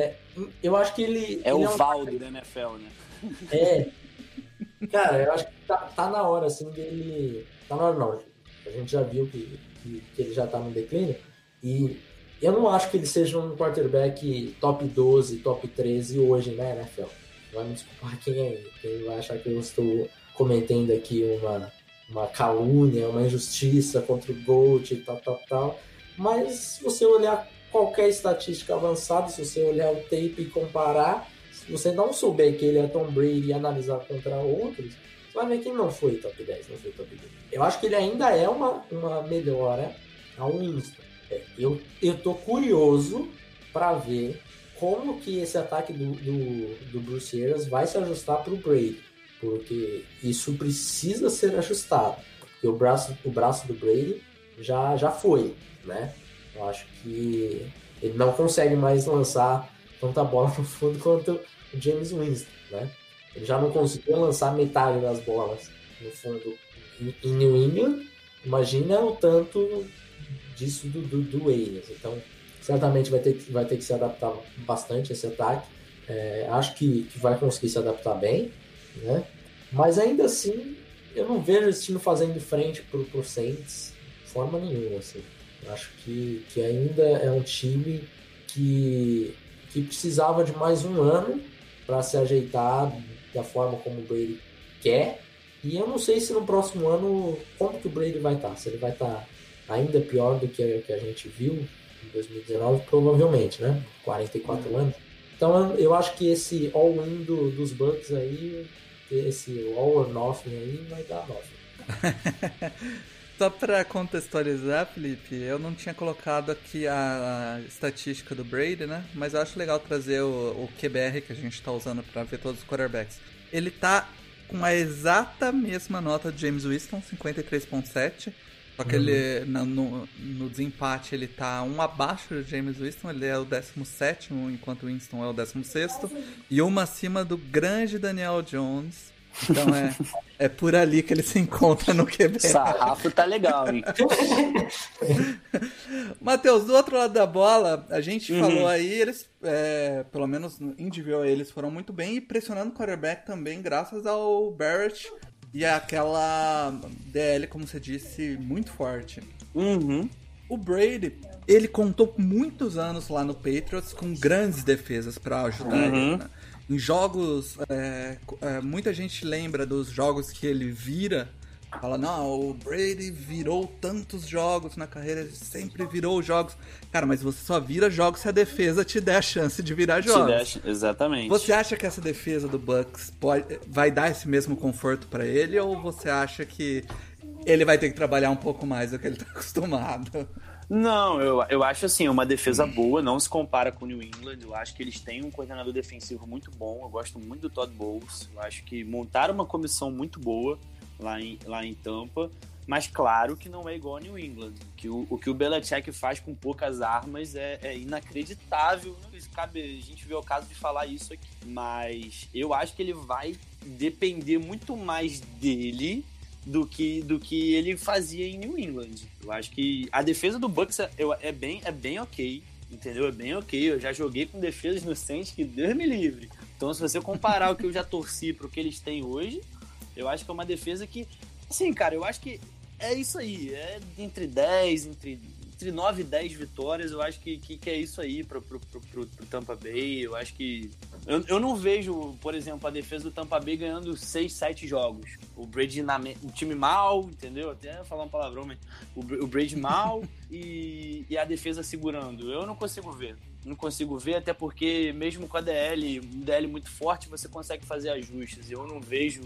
eu acho que ele... É ele o Valdo da NFL, né? Cara, eu acho que tá na hora, assim, dele... Tá na hora, não. A gente já viu que ele já tá no declínio. E eu não acho que ele seja um quarterback top 12, top 13 hoje, né, NFL? Vai me desculpar quem vai achar que eu estou cometendo aqui uma calúnia, uma injustiça contra o GOAT e tal. Mas se você olhar qualquer estatística avançada, se você olhar o tape e comparar, se você não souber que ele é Tom Brady e analisar contra outros, você vai ver que não foi top 10, não foi top 10. Eu acho que ele ainda é uma melhora ao Winston. Eu tô curioso para ver como que esse ataque do Bruce Arians vai se ajustar para o Brady, porque isso precisa ser ajustado, porque o braço do Brady já foi, né? Eu acho que ele não consegue mais lançar tanta bola no fundo quanto o James Winston, né? Ele já não conseguiu lançar metade das bolas no fundo em New England, imagina o tanto disso do Arians. Então, certamente vai ter que se adaptar bastante a esse ataque. Acho que vai conseguir se adaptar bem, né? Mas ainda assim, eu não vejo esse time fazendo frente pro Saints de forma nenhuma, assim. Eu acho que ainda é um time que precisava de mais um ano para se ajeitar da forma como o Brady quer. E eu não sei se no próximo ano como que o Brady vai estar. Se ele vai estar ainda pior do que a gente viu em 2019, provavelmente, né? 44 anos. Então eu acho que esse all-in dos Bucks aí, esse all or nothing aí, vai dar nothing. Só para contextualizar, Felipe, eu não tinha colocado aqui a estatística do Brady, né? Mas eu acho legal trazer o QBR que a gente está usando para ver todos os quarterbacks. Ele tá com a exata mesma nota de James Winston, 53.7. Só que ele, no desempate, ele tá um abaixo do James Winston, ele é o 17º, enquanto o Winston é o 16º. E uma acima do grande Daniel Jones. Então é por ali que ele se encontra no QB. Sarrafo tá legal, hein? Matheus, do outro lado da bola, a gente falou aí, eles, pelo menos em DVOA, eles foram muito bem e pressionando o quarterback também, graças ao Barrett e aquela DL, como você disse, muito forte. O Brady, ele contou muitos anos lá no Patriots com grandes defesas para ajudar ele, né? Em jogos, muita gente lembra dos jogos que ele vira, fala, não, o Brady virou tantos jogos na carreira, ele sempre virou jogos. Cara, mas você só vira jogos se a defesa te der a chance de virar jogos. Exatamente. Você acha que essa defesa do Bucks vai dar esse mesmo conforto pra ele, ou você acha que ele vai ter que trabalhar um pouco mais do que ele tá acostumado? Não, eu acho assim, uma defesa boa, não se compara com o New England. Eu acho que eles têm um coordenador defensivo muito bom. Eu gosto muito do Todd Bowles. Eu acho que montaram uma comissão muito boa lá em Tampa. Mas claro que não é igual ao New England. O que o Belichick faz com poucas armas é inacreditável. Cabe a gente ver o caso de falar isso aqui. Mas eu acho que ele vai depender muito mais dele do que ele fazia em New England. Eu acho que a defesa do Bucks é bem ok, entendeu? É bem ok. Eu já joguei com defesas no Saints que Deus me livre. Então, se você comparar o que eu já torci pro que eles têm hoje, eu acho que é uma defesa que, assim, cara, eu acho que é isso aí. É entre 9 e 10 vitórias, eu acho que é isso aí pro Tampa Bay. Eu acho que... Eu não vejo, por exemplo, a defesa do Tampa Bay ganhando 6, 7 jogos. O Brady, o time mal, entendeu? Até falar um palavrão, mas o Brady mal e a defesa segurando. Eu não consigo ver. Não consigo ver, até porque mesmo com a DL muito forte, você consegue fazer ajustes. Eu não vejo...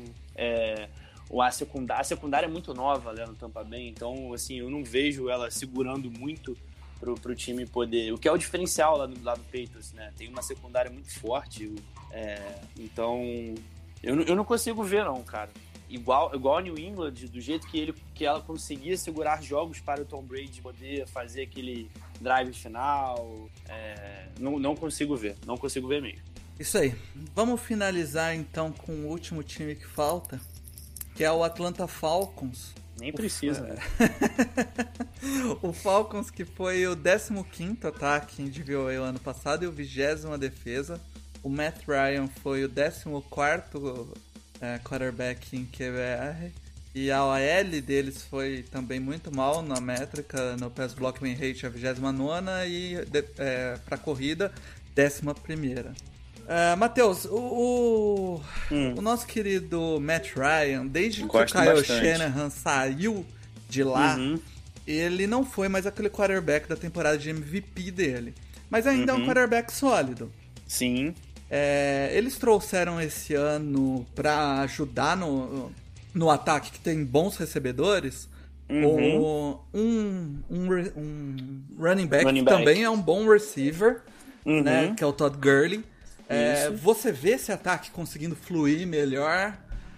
A secundária é muito nova, né, no Tampa Bay, então assim, eu não vejo ela segurando muito pro time poder, o que é o diferencial lá do Patriots, né? Tem uma secundária muito forte, então eu não consigo ver não, cara. igual a New England, do jeito que ela conseguia segurar jogos para o Tom Brady poder fazer aquele drive final, não consigo ver mesmo. Isso aí. Vamos finalizar então com o último time que falta, que é o Atlanta Falcons. Nem precisa, né? O Falcons, que foi o 15º ataque em DVOA o ano passado e o 20ª defesa. O Matt Ryan foi o 14º quarterback em QBR. E a OL deles foi também muito mal na métrica, no pass blocking rate a 29ª e para corrida 11ª. Matheus, o nosso querido Matt Ryan, desde que o Kyle Shanahan saiu de lá, ele não foi mais aquele quarterback da temporada de MVP dele. Mas ainda é um quarterback sólido. Sim. Eles trouxeram esse ano para ajudar no ataque, que tem bons recebedores, um running back que também é um bom receiver, né, que é o Todd Gurley. Você vê esse ataque conseguindo fluir melhor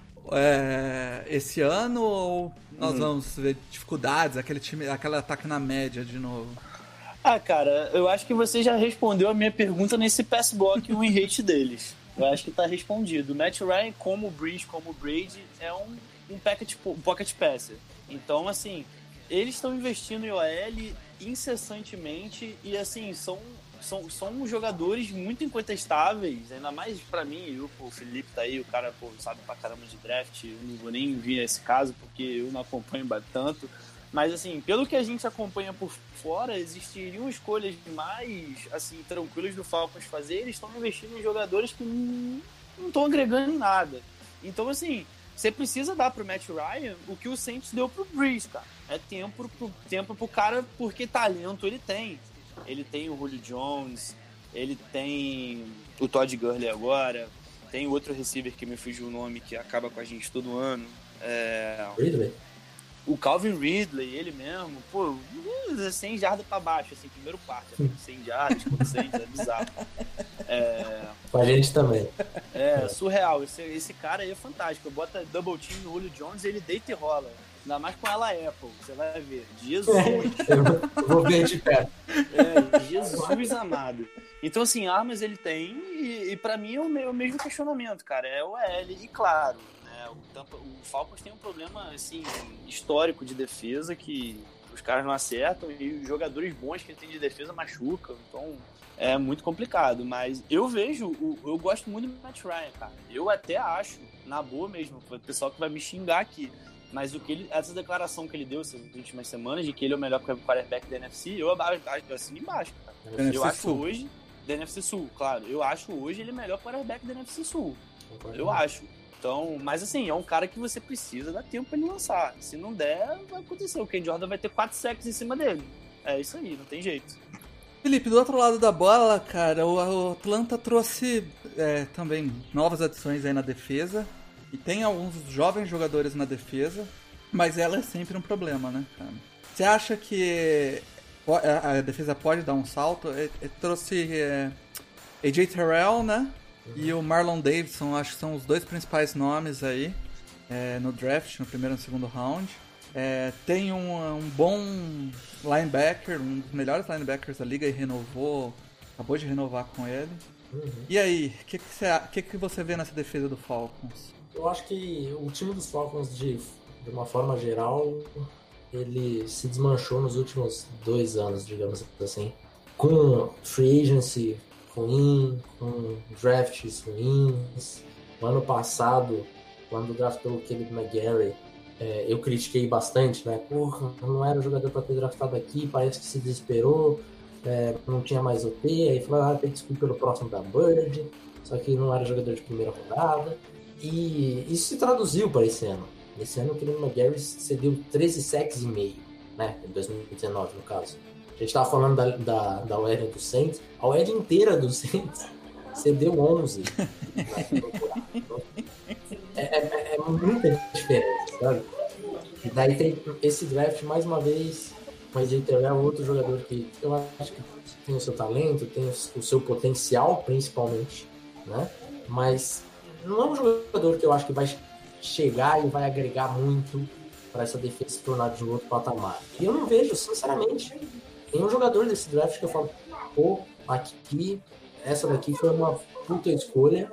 esse ano, ou nós vamos ver dificuldades, aquele ataque na média de novo? Cara, eu acho que você já respondeu a minha pergunta nesse pass block e o win rate deles. Eu acho que tá respondido. O Matt Ryan, como o Breeze, como o Brady, é um pocket passer. Então, assim, eles estão investindo em OL incessantemente e, assim, são jogadores muito incontestáveis, ainda mais pra mim. O Felipe tá aí, o cara sabe pra caramba de draft, eu não vou nem vir esse caso porque eu não acompanho tanto, mas assim, pelo que a gente acompanha por fora, existiriam escolhas mais assim, tranquilas do Falcons fazer. Eles estão investindo em jogadores que não estão agregando em nada. Então, assim, você precisa dar pro Matt Ryan o que o Saints deu pro Breeze, cara. É tempo pro cara, porque talento ele tem. Ele tem o Julio Jones, ele tem o Todd Gurley agora, tem outro receiver que me fugiu o nome, que acaba com a gente todo ano. Ridley? O Calvin Ridley, ele mesmo, 100 jardas pra baixo, assim, primeiro quarto, 100 jardas, 100, é bizarro. Com a gente também. Surreal, esse cara aí é fantástico, bota double team no Julio Jones e ele deita e rola. Ainda mais com ela Apple, você vai ver. Jesus! Eu vou ver de perto. Jesus amado. Então, assim, armas ele tem e pra mim é o mesmo questionamento, cara. É o L e claro, né, o Falcons tem um problema, assim, histórico de defesa que os caras não acertam e os jogadores bons que tem de defesa machucam. Então, é muito complicado. Mas eu gosto muito do Matt Ryan, cara. Eu até acho, na boa mesmo, o pessoal que vai me xingar aqui, mas essa declaração que ele deu essas últimas semanas de que ele é o melhor quarterback da NFC, eu assino embaixo, cara. Eu acho hoje, da NFC Sul, claro, eu acho hoje ele é o melhor quarterback da NFC Sul. Eu acho. Então, mas assim, é um cara que você precisa dar tempo pra ele lançar. Se não der, vai acontecer. O Ken Jordan vai ter 4 sacks em cima dele. É isso aí, não tem jeito. Felipe, do outro lado da bola, cara, o Atlanta trouxe também novas adições aí na defesa. E tem alguns jovens jogadores na defesa, mas ela é sempre um problema, né, cara? Você acha que a defesa pode dar um salto? Trouxe AJ Terrell, né? E o Marlon Davidson, acho que são os dois principais nomes aí no draft, no primeiro e no segundo round. Tem um bom linebacker, um dos melhores linebackers da liga, e acabou de renovar com ele. E aí, o que você vê nessa defesa do Falcons? Eu acho que o time dos Falcons, de uma forma geral, ele se desmanchou nos últimos 2 anos, digamos assim, com free agency ruim, com drafts ruins. No ano passado, quando draftou o Caleb McGarry, eu critiquei bastante, né? Porra, não era jogador para ter draftado aqui, parece que se desesperou, não tinha mais OT, aí falou, tem que subir pelo próximo da Bird, só que não era jogador de primeira rodada. E isso se traduziu para esse ano. Esse ano o Caleb McGarry cedeu 13 sacks e meio, né? Em 2019, no caso. A gente estava falando da OL do Saints. A OL inteira do Saints cedeu 11. É muita diferença, sabe? E daí tem esse draft, mais uma vez, com o AJ Terrell, outro jogador que eu acho que tem o seu talento, tem o seu potencial, principalmente, né? Mas não é um jogador que eu acho que vai chegar e vai agregar muito para essa defesa se tornar de outro patamar. E eu não vejo, sinceramente, nenhum jogador desse draft que eu falo, pô, aqui, essa daqui foi uma puta escolha.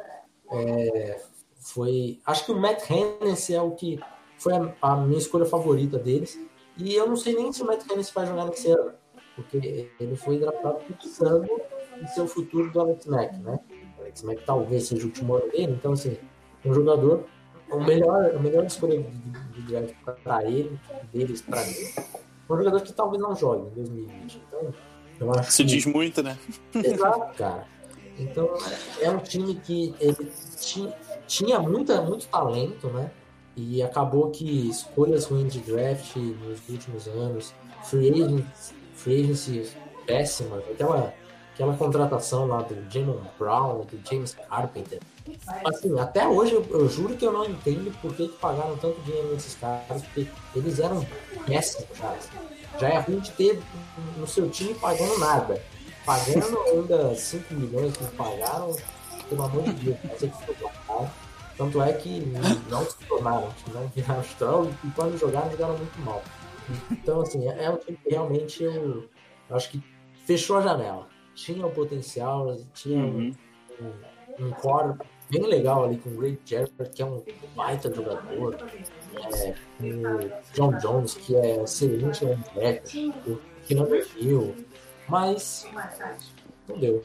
Acho que o Matt Hennessy é o que foi a minha escolha favorita deles. E eu não sei nem se o Matt Hennessy vai jogar nesse ano, porque ele foi draftado pensando em ser o futuro do Alex Mack, né? O Alex Mack talvez seja o último ano dele, então assim, um jogador, a melhor escolha de draft para ele, deles para mim, um jogador que talvez não jogue em 2020. Então, eu acho Isso diz muito, né? Exato, cara. Então, é um time que ele tinha muito talento, né? E acabou que escolhas ruins de draft nos últimos anos, free agency péssimas, aquela contratação lá do Jaylen Brown, do James Carpenter. Assim, até hoje eu juro que eu não entendo por que pagaram tanto dinheiro nesses caras, porque eles eram péssimos, cara. Já é ruim de ter no seu time pagando nada. Pagando ainda 5 milhões que pagaram, pelo amor de Deus, vai ser que foi bacana. Tanto é que não se tornaram, não viraram estrela, e quando jogaram muito mal. Então, assim, é um time que realmente eu acho que fechou a janela. Tinha o potencial, tinha um core bem legal ali com o Ray Jarrett, que é um baita jogador, o John Jones, que é excelente linebacker, o Keanu Hill, mas não deu.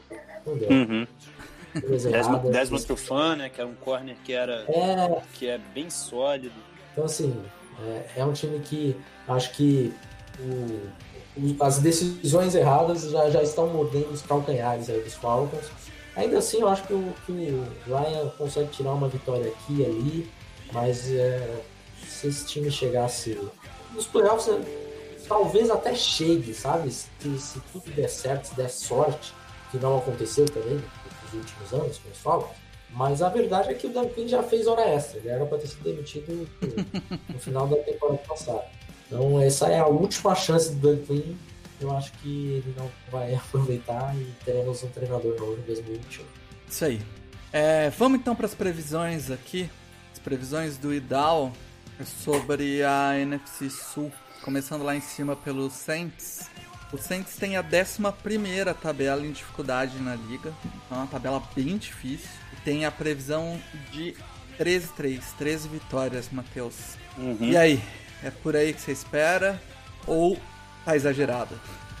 Desmond Trufant, né, que era um corner que é bem sólido. Então, assim, é um time que acho que as decisões erradas já estão mordendo os calcanhares aí dos Falcons. Ainda assim, eu acho que o Ryan consegue tirar uma vitória aqui e ali, mas se esse time chegasse nos playoffs, talvez até chegue, sabe? Se tudo der certo, se der sorte, que não aconteceu também nos últimos anos, como eles falam. Mas a verdade é que o Dan Quinn já fez hora extra, ele era para ter sido demitido no final da temporada passada. Então essa é a última chance do Dan Quinn. Eu acho que ele não vai aproveitar e teremos um treinador novo em 2021. Isso aí. Vamos então para as previsões aqui. As previsões do Idal sobre a NFC Sul. Começando lá em cima pelos Saints. O Saints tem a 11ª tabela em dificuldade na liga. É uma tabela bem difícil. Tem a previsão de 13 vitórias, Matheus. E aí? É por aí que você espera? Ou tá exagerado?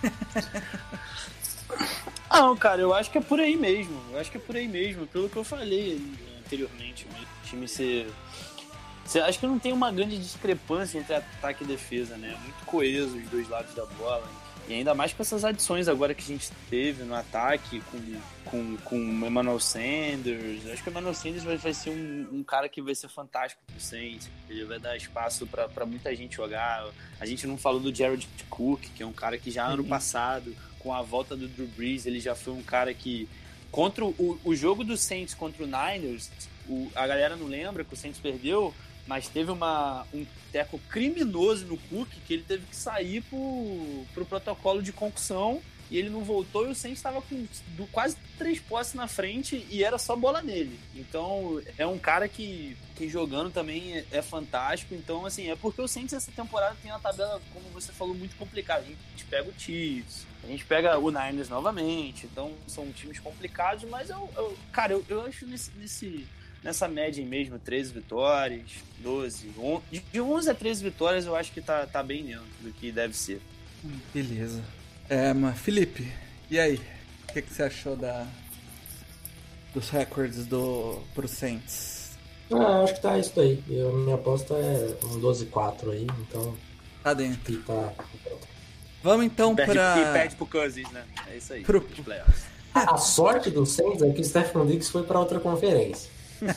Não, cara, eu acho que é por aí mesmo. Pelo que eu falei anteriormente. O time ser... Acho que não tem uma grande discrepância entre ataque e defesa, né? Muito coeso os dois lados da bola. E ainda mais com essas adições agora que a gente teve no ataque com o Emmanuel Sanders. Eu acho que o Emmanuel Sanders vai ser um cara que vai ser fantástico pro Saints. Ele vai dar espaço para muita gente jogar. A gente não falou do Jared Cook, que é um cara que já ano passado, com a volta do Drew Brees, ele já foi um cara que... Contra o jogo do Saints contra o Niners, a galera não lembra que o Saints perdeu, mas teve um teco criminoso no Cook que ele teve que sair pro protocolo de concussão e ele não voltou e o Saints estava com quase 3 posses na frente e era só bola nele. Então é um cara que jogando também é fantástico. Então assim, é porque o Saints essa temporada tem uma tabela, como você falou, muito complicada. A gente pega o Chiefs, a gente pega o Niners novamente, então são times complicados, mas eu acho nessa média aí mesmo, 13 vitórias, 12, de 11 a 13 vitórias eu acho que tá bem dentro do que deve ser. Beleza. Mas Felipe, e aí? O que você achou dos recordes pro Saints? Acho que tá isso aí. Minha aposta é um 12-4 aí, então... Tá dentro. E tá... Vamos então pra... perde pro Cousins, né? É isso aí. A sorte do Saints é que o Stefon Diggs foi pra outra conferência.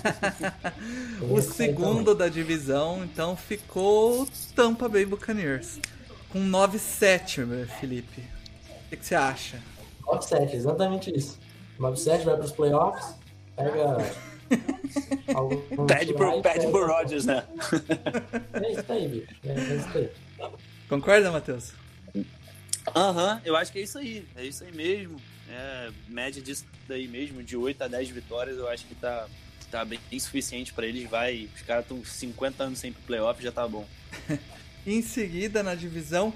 O segundo da divisão, então, ficou Tampa Bay Buccaneers. Com 9-7, Felipe. O que você acha? 9-7, exatamente isso. 9-7 vai pros playoffs, pega... Pede pro Rodgers, né? É isso aí, bicho. É isso aí. Concorda, Matheus? Eu acho que é isso aí mesmo. Média disso daí mesmo, de 8 a 10 vitórias, eu acho que tá tá bem suficiente pra eles, os caras estão 50 anos sem playoff, já tá bom. Em seguida, na divisão,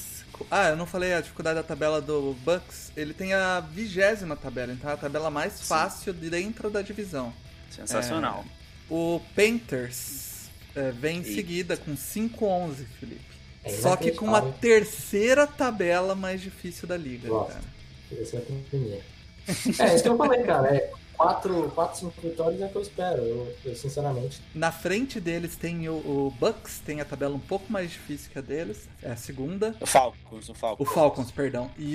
eu não falei a dificuldade da tabela do Bucks, ele tem a 20ª tabela, então é a tabela mais fácil dentro da divisão. Sensacional. O Panthers vem em seguida com 5-11, Felipe. Só que com a terceira tabela mais difícil da liga, cara. Esse é a primeira. Isso que eu falei, cara. 4, 5 vitórias é o que eu espero. Eu sinceramente. Na frente deles tem o Bucks, tem a tabela um pouco mais difícil que a deles. É a segunda. O Falcons. O Falcons, perdão. E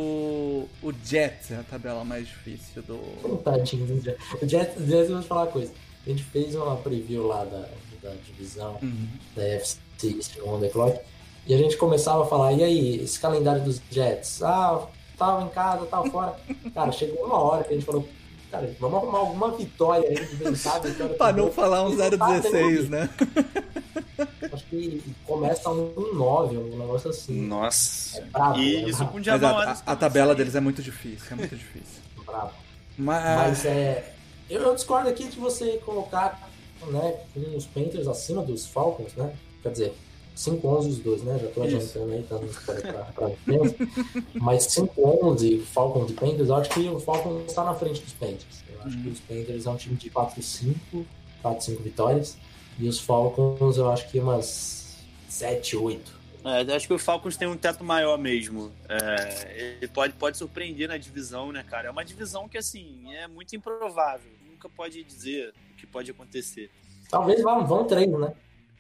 o Jets é a tabela mais difícil do... Tadinho do Jets. O Jets, eu vou te falar uma coisa. A gente fez uma preview lá da divisão da FC on the clock. E a gente começava a falar, e aí, esse calendário dos Jets? Tava em casa, tava fora. Cara, chegou uma hora que a gente falou, cara, vamos arrumar alguma vitória aí, inventar vitória. Pra não falar um 0-16, né? Acho que começa um 9, um negócio assim. Nossa. É bravo, e isso com o Mas a tabela deles é muito difícil, Bravo. Mas eu discordo aqui de você colocar, né, os Panthers acima dos Falcons, né? Quer dizer, 5-11 os dois, né? Já tô adiantando aí, tá pra frente. Mas 5-11, Falcons e Panthers, eu acho que o Falcons está na frente dos Panthers. Eu acho que os Panthers é um time de 4-5 vitórias. E os Falcons, eu acho que umas 7-8. Eu acho que o Falcons tem um teto maior mesmo. Ele pode surpreender na divisão, né, cara? É uma divisão que, assim, é muito improvável. Nunca pode dizer o que pode acontecer. Talvez vão treino, né?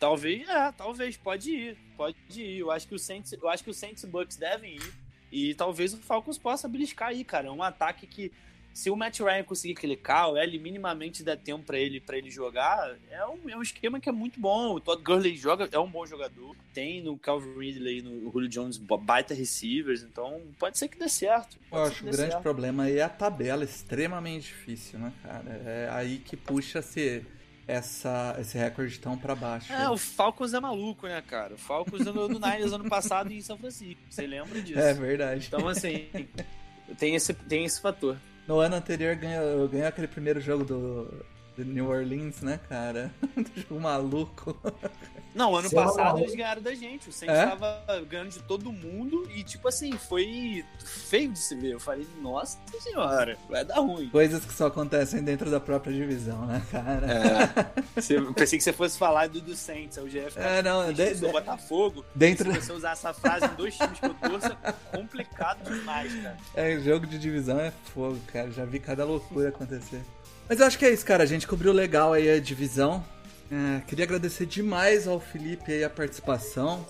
Talvez, pode ir. Eu acho que o Saints e Bucks devem ir. E talvez o Falcons possa beliscar aí, cara. É um ataque que, se o Matt Ryan conseguir clicar, o L minimamente der tempo pra ele jogar, é um esquema que é muito bom. O Todd Gurley é um bom jogador. Tem no Calvin Ridley, no Julio Jones, baita receivers. Então, pode ser que dê certo. Eu acho que o grande problema aí é a tabela extremamente difícil, né, cara? É aí que puxa-se esse recorde tão pra baixo. O Falcons é maluco, né, cara? O Falcons no Niners ano passado em São Francisco. Você lembra disso? É verdade. Então, assim, tem esse fator. No ano anterior ganhou aquele primeiro jogo do New Orleans, né, cara? Do jogo maluco. Não, ano passado eles ganharam da gente. O Saints tava ganhando de todo mundo e, tipo assim, foi feio de se ver. Eu falei, nossa senhora, vai dar ruim. Coisas que só acontecem dentro da própria divisão, né, cara? Eu pensei que você fosse falar do Saints. O GF do Botafogo. Dentro... Se você usar essa frase em 2 times que eu torço, é complicado demais, cara. Jogo de divisão é fogo, cara. Já vi cada loucura acontecer. Mas eu acho que é isso, cara. A gente cobriu legal aí a divisão. Queria agradecer demais ao Felipe aí a participação.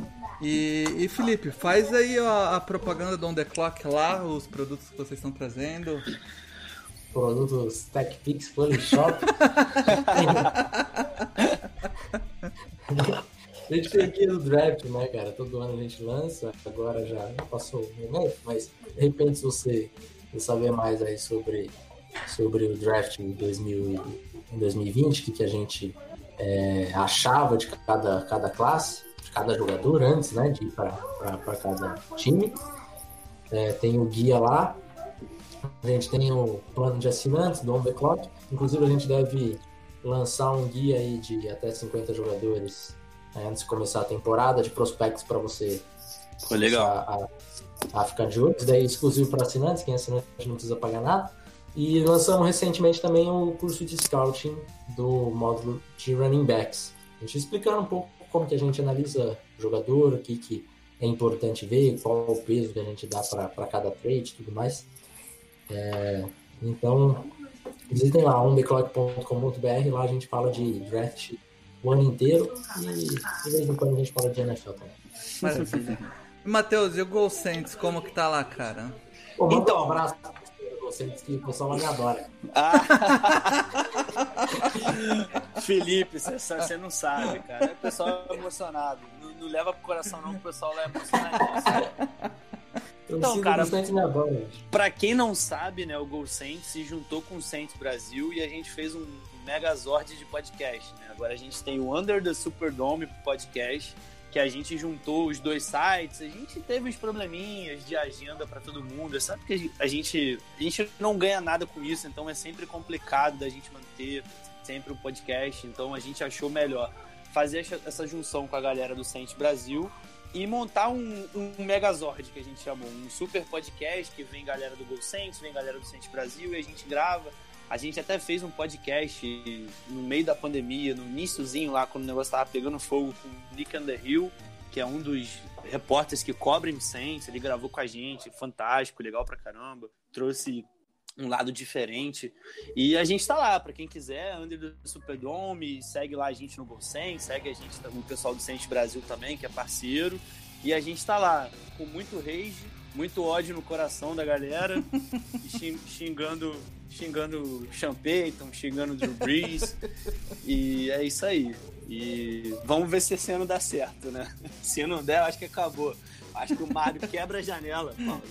E Felipe, faz aí a propaganda do On The Clock lá, os produtos que vocês estão trazendo. Produtos TechPix Fully Shop. A gente tem aqui no draft, né, cara? Todo ano a gente lança, agora já passou um momento, mas de repente se você saber mais aí sobre o draft em 2020, que a gente achava de cada classe, de cada jogador antes, né, de ir para cada time. Tem o guia lá, a gente tem o plano de assinantes do On The Clock, inclusive a gente deve lançar um guia aí de até 50 jogadores antes de começar a temporada, de prospectos para você legal. A ficar de olho. Isso daí é exclusivo para assinantes, quem é assinante não precisa pagar nada. E lançamos recentemente também o curso de scouting do módulo de running backs. A gente explicando um pouco como que a gente analisa o jogador, o que é importante ver, qual é o peso que a gente dá para cada trade e tudo mais. Então, visitem lá, ontheclock.com.br, lá a gente fala de draft o ano inteiro e de vez em quando a gente fala de NFL também. Maravilha. Matheus, e o Gol Saints, como que tá lá, cara? Então, um abraço. Você disse que o pessoal lá me adora. Felipe, você não sabe, cara. O pessoal é emocionado. Não leva pro coração, não, que o pessoal lá é emocionadíssimo. Então, cara, pra quem não sabe, né, o Gol Saints se juntou com o Saints Brasil e a gente fez um megazord de podcast, né? Agora a gente tem o Under the Superdome podcast, que a gente juntou os dois sites, a gente teve uns probleminhas de agenda para todo mundo, sabe que a gente não ganha nada com isso, então é sempre complicado da gente manter sempre o podcast, então a gente achou melhor fazer essa junção com a galera do Saints Brasil e montar um Megazord, que a gente chamou, um super podcast que vem galera do Go Saints, vem galera do Saints Brasil e a gente grava. A gente até fez um podcast no meio da pandemia, no iniciozinho lá, quando o negócio tava pegando fogo, com o Nick Underhill, que é um dos repórteres que cobrem o Saints. Ele gravou com a gente, fantástico, legal pra caramba. Trouxe um lado diferente. E a gente tá lá, pra quem quiser, Under do Superdome, segue lá a gente no Go Saints, segue a gente, o pessoal do Saints Brasil também, que é parceiro. E a gente tá lá com muito rage, muito ódio no coração da galera, xingando Sean Payton, xingando Drew Brees, e é isso aí. E vamos ver se esse ano dá certo, né? Se não der, eu acho que acabou. Acho que o Mário quebra a janela, Paulo.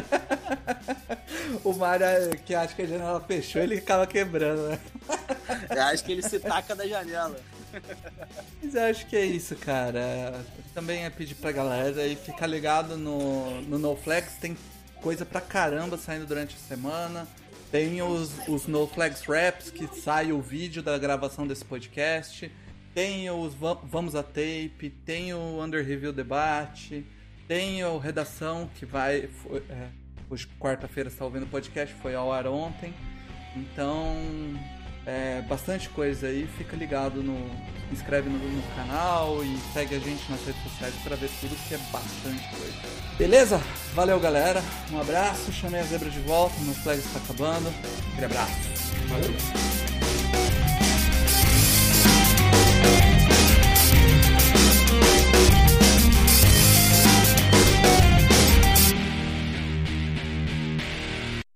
O Mário, que acha que a janela fechou, ele acaba quebrando, né? Eu acho que ele se taca da janela. Mas eu acho que é isso, cara. Também é pedir pra galera e ficar ligado no NoFlex. Tem coisa pra caramba saindo durante a semana. Tem os NoFlex Raps, que sai o vídeo da gravação desse podcast. Tem os Vamos a Tape. Tem o Under Review Debate. Tem o Redação, que hoje, quarta-feira, você está ouvindo o podcast, foi ao ar ontem. Então, bastante coisa aí. Fica ligado, se inscreve no canal e segue a gente nas redes sociais para ver tudo, que é bastante coisa. Beleza? Valeu, galera. Um abraço. Chamei a zebra de volta. Meu flag está acabando. Aquele abraço. Valeu.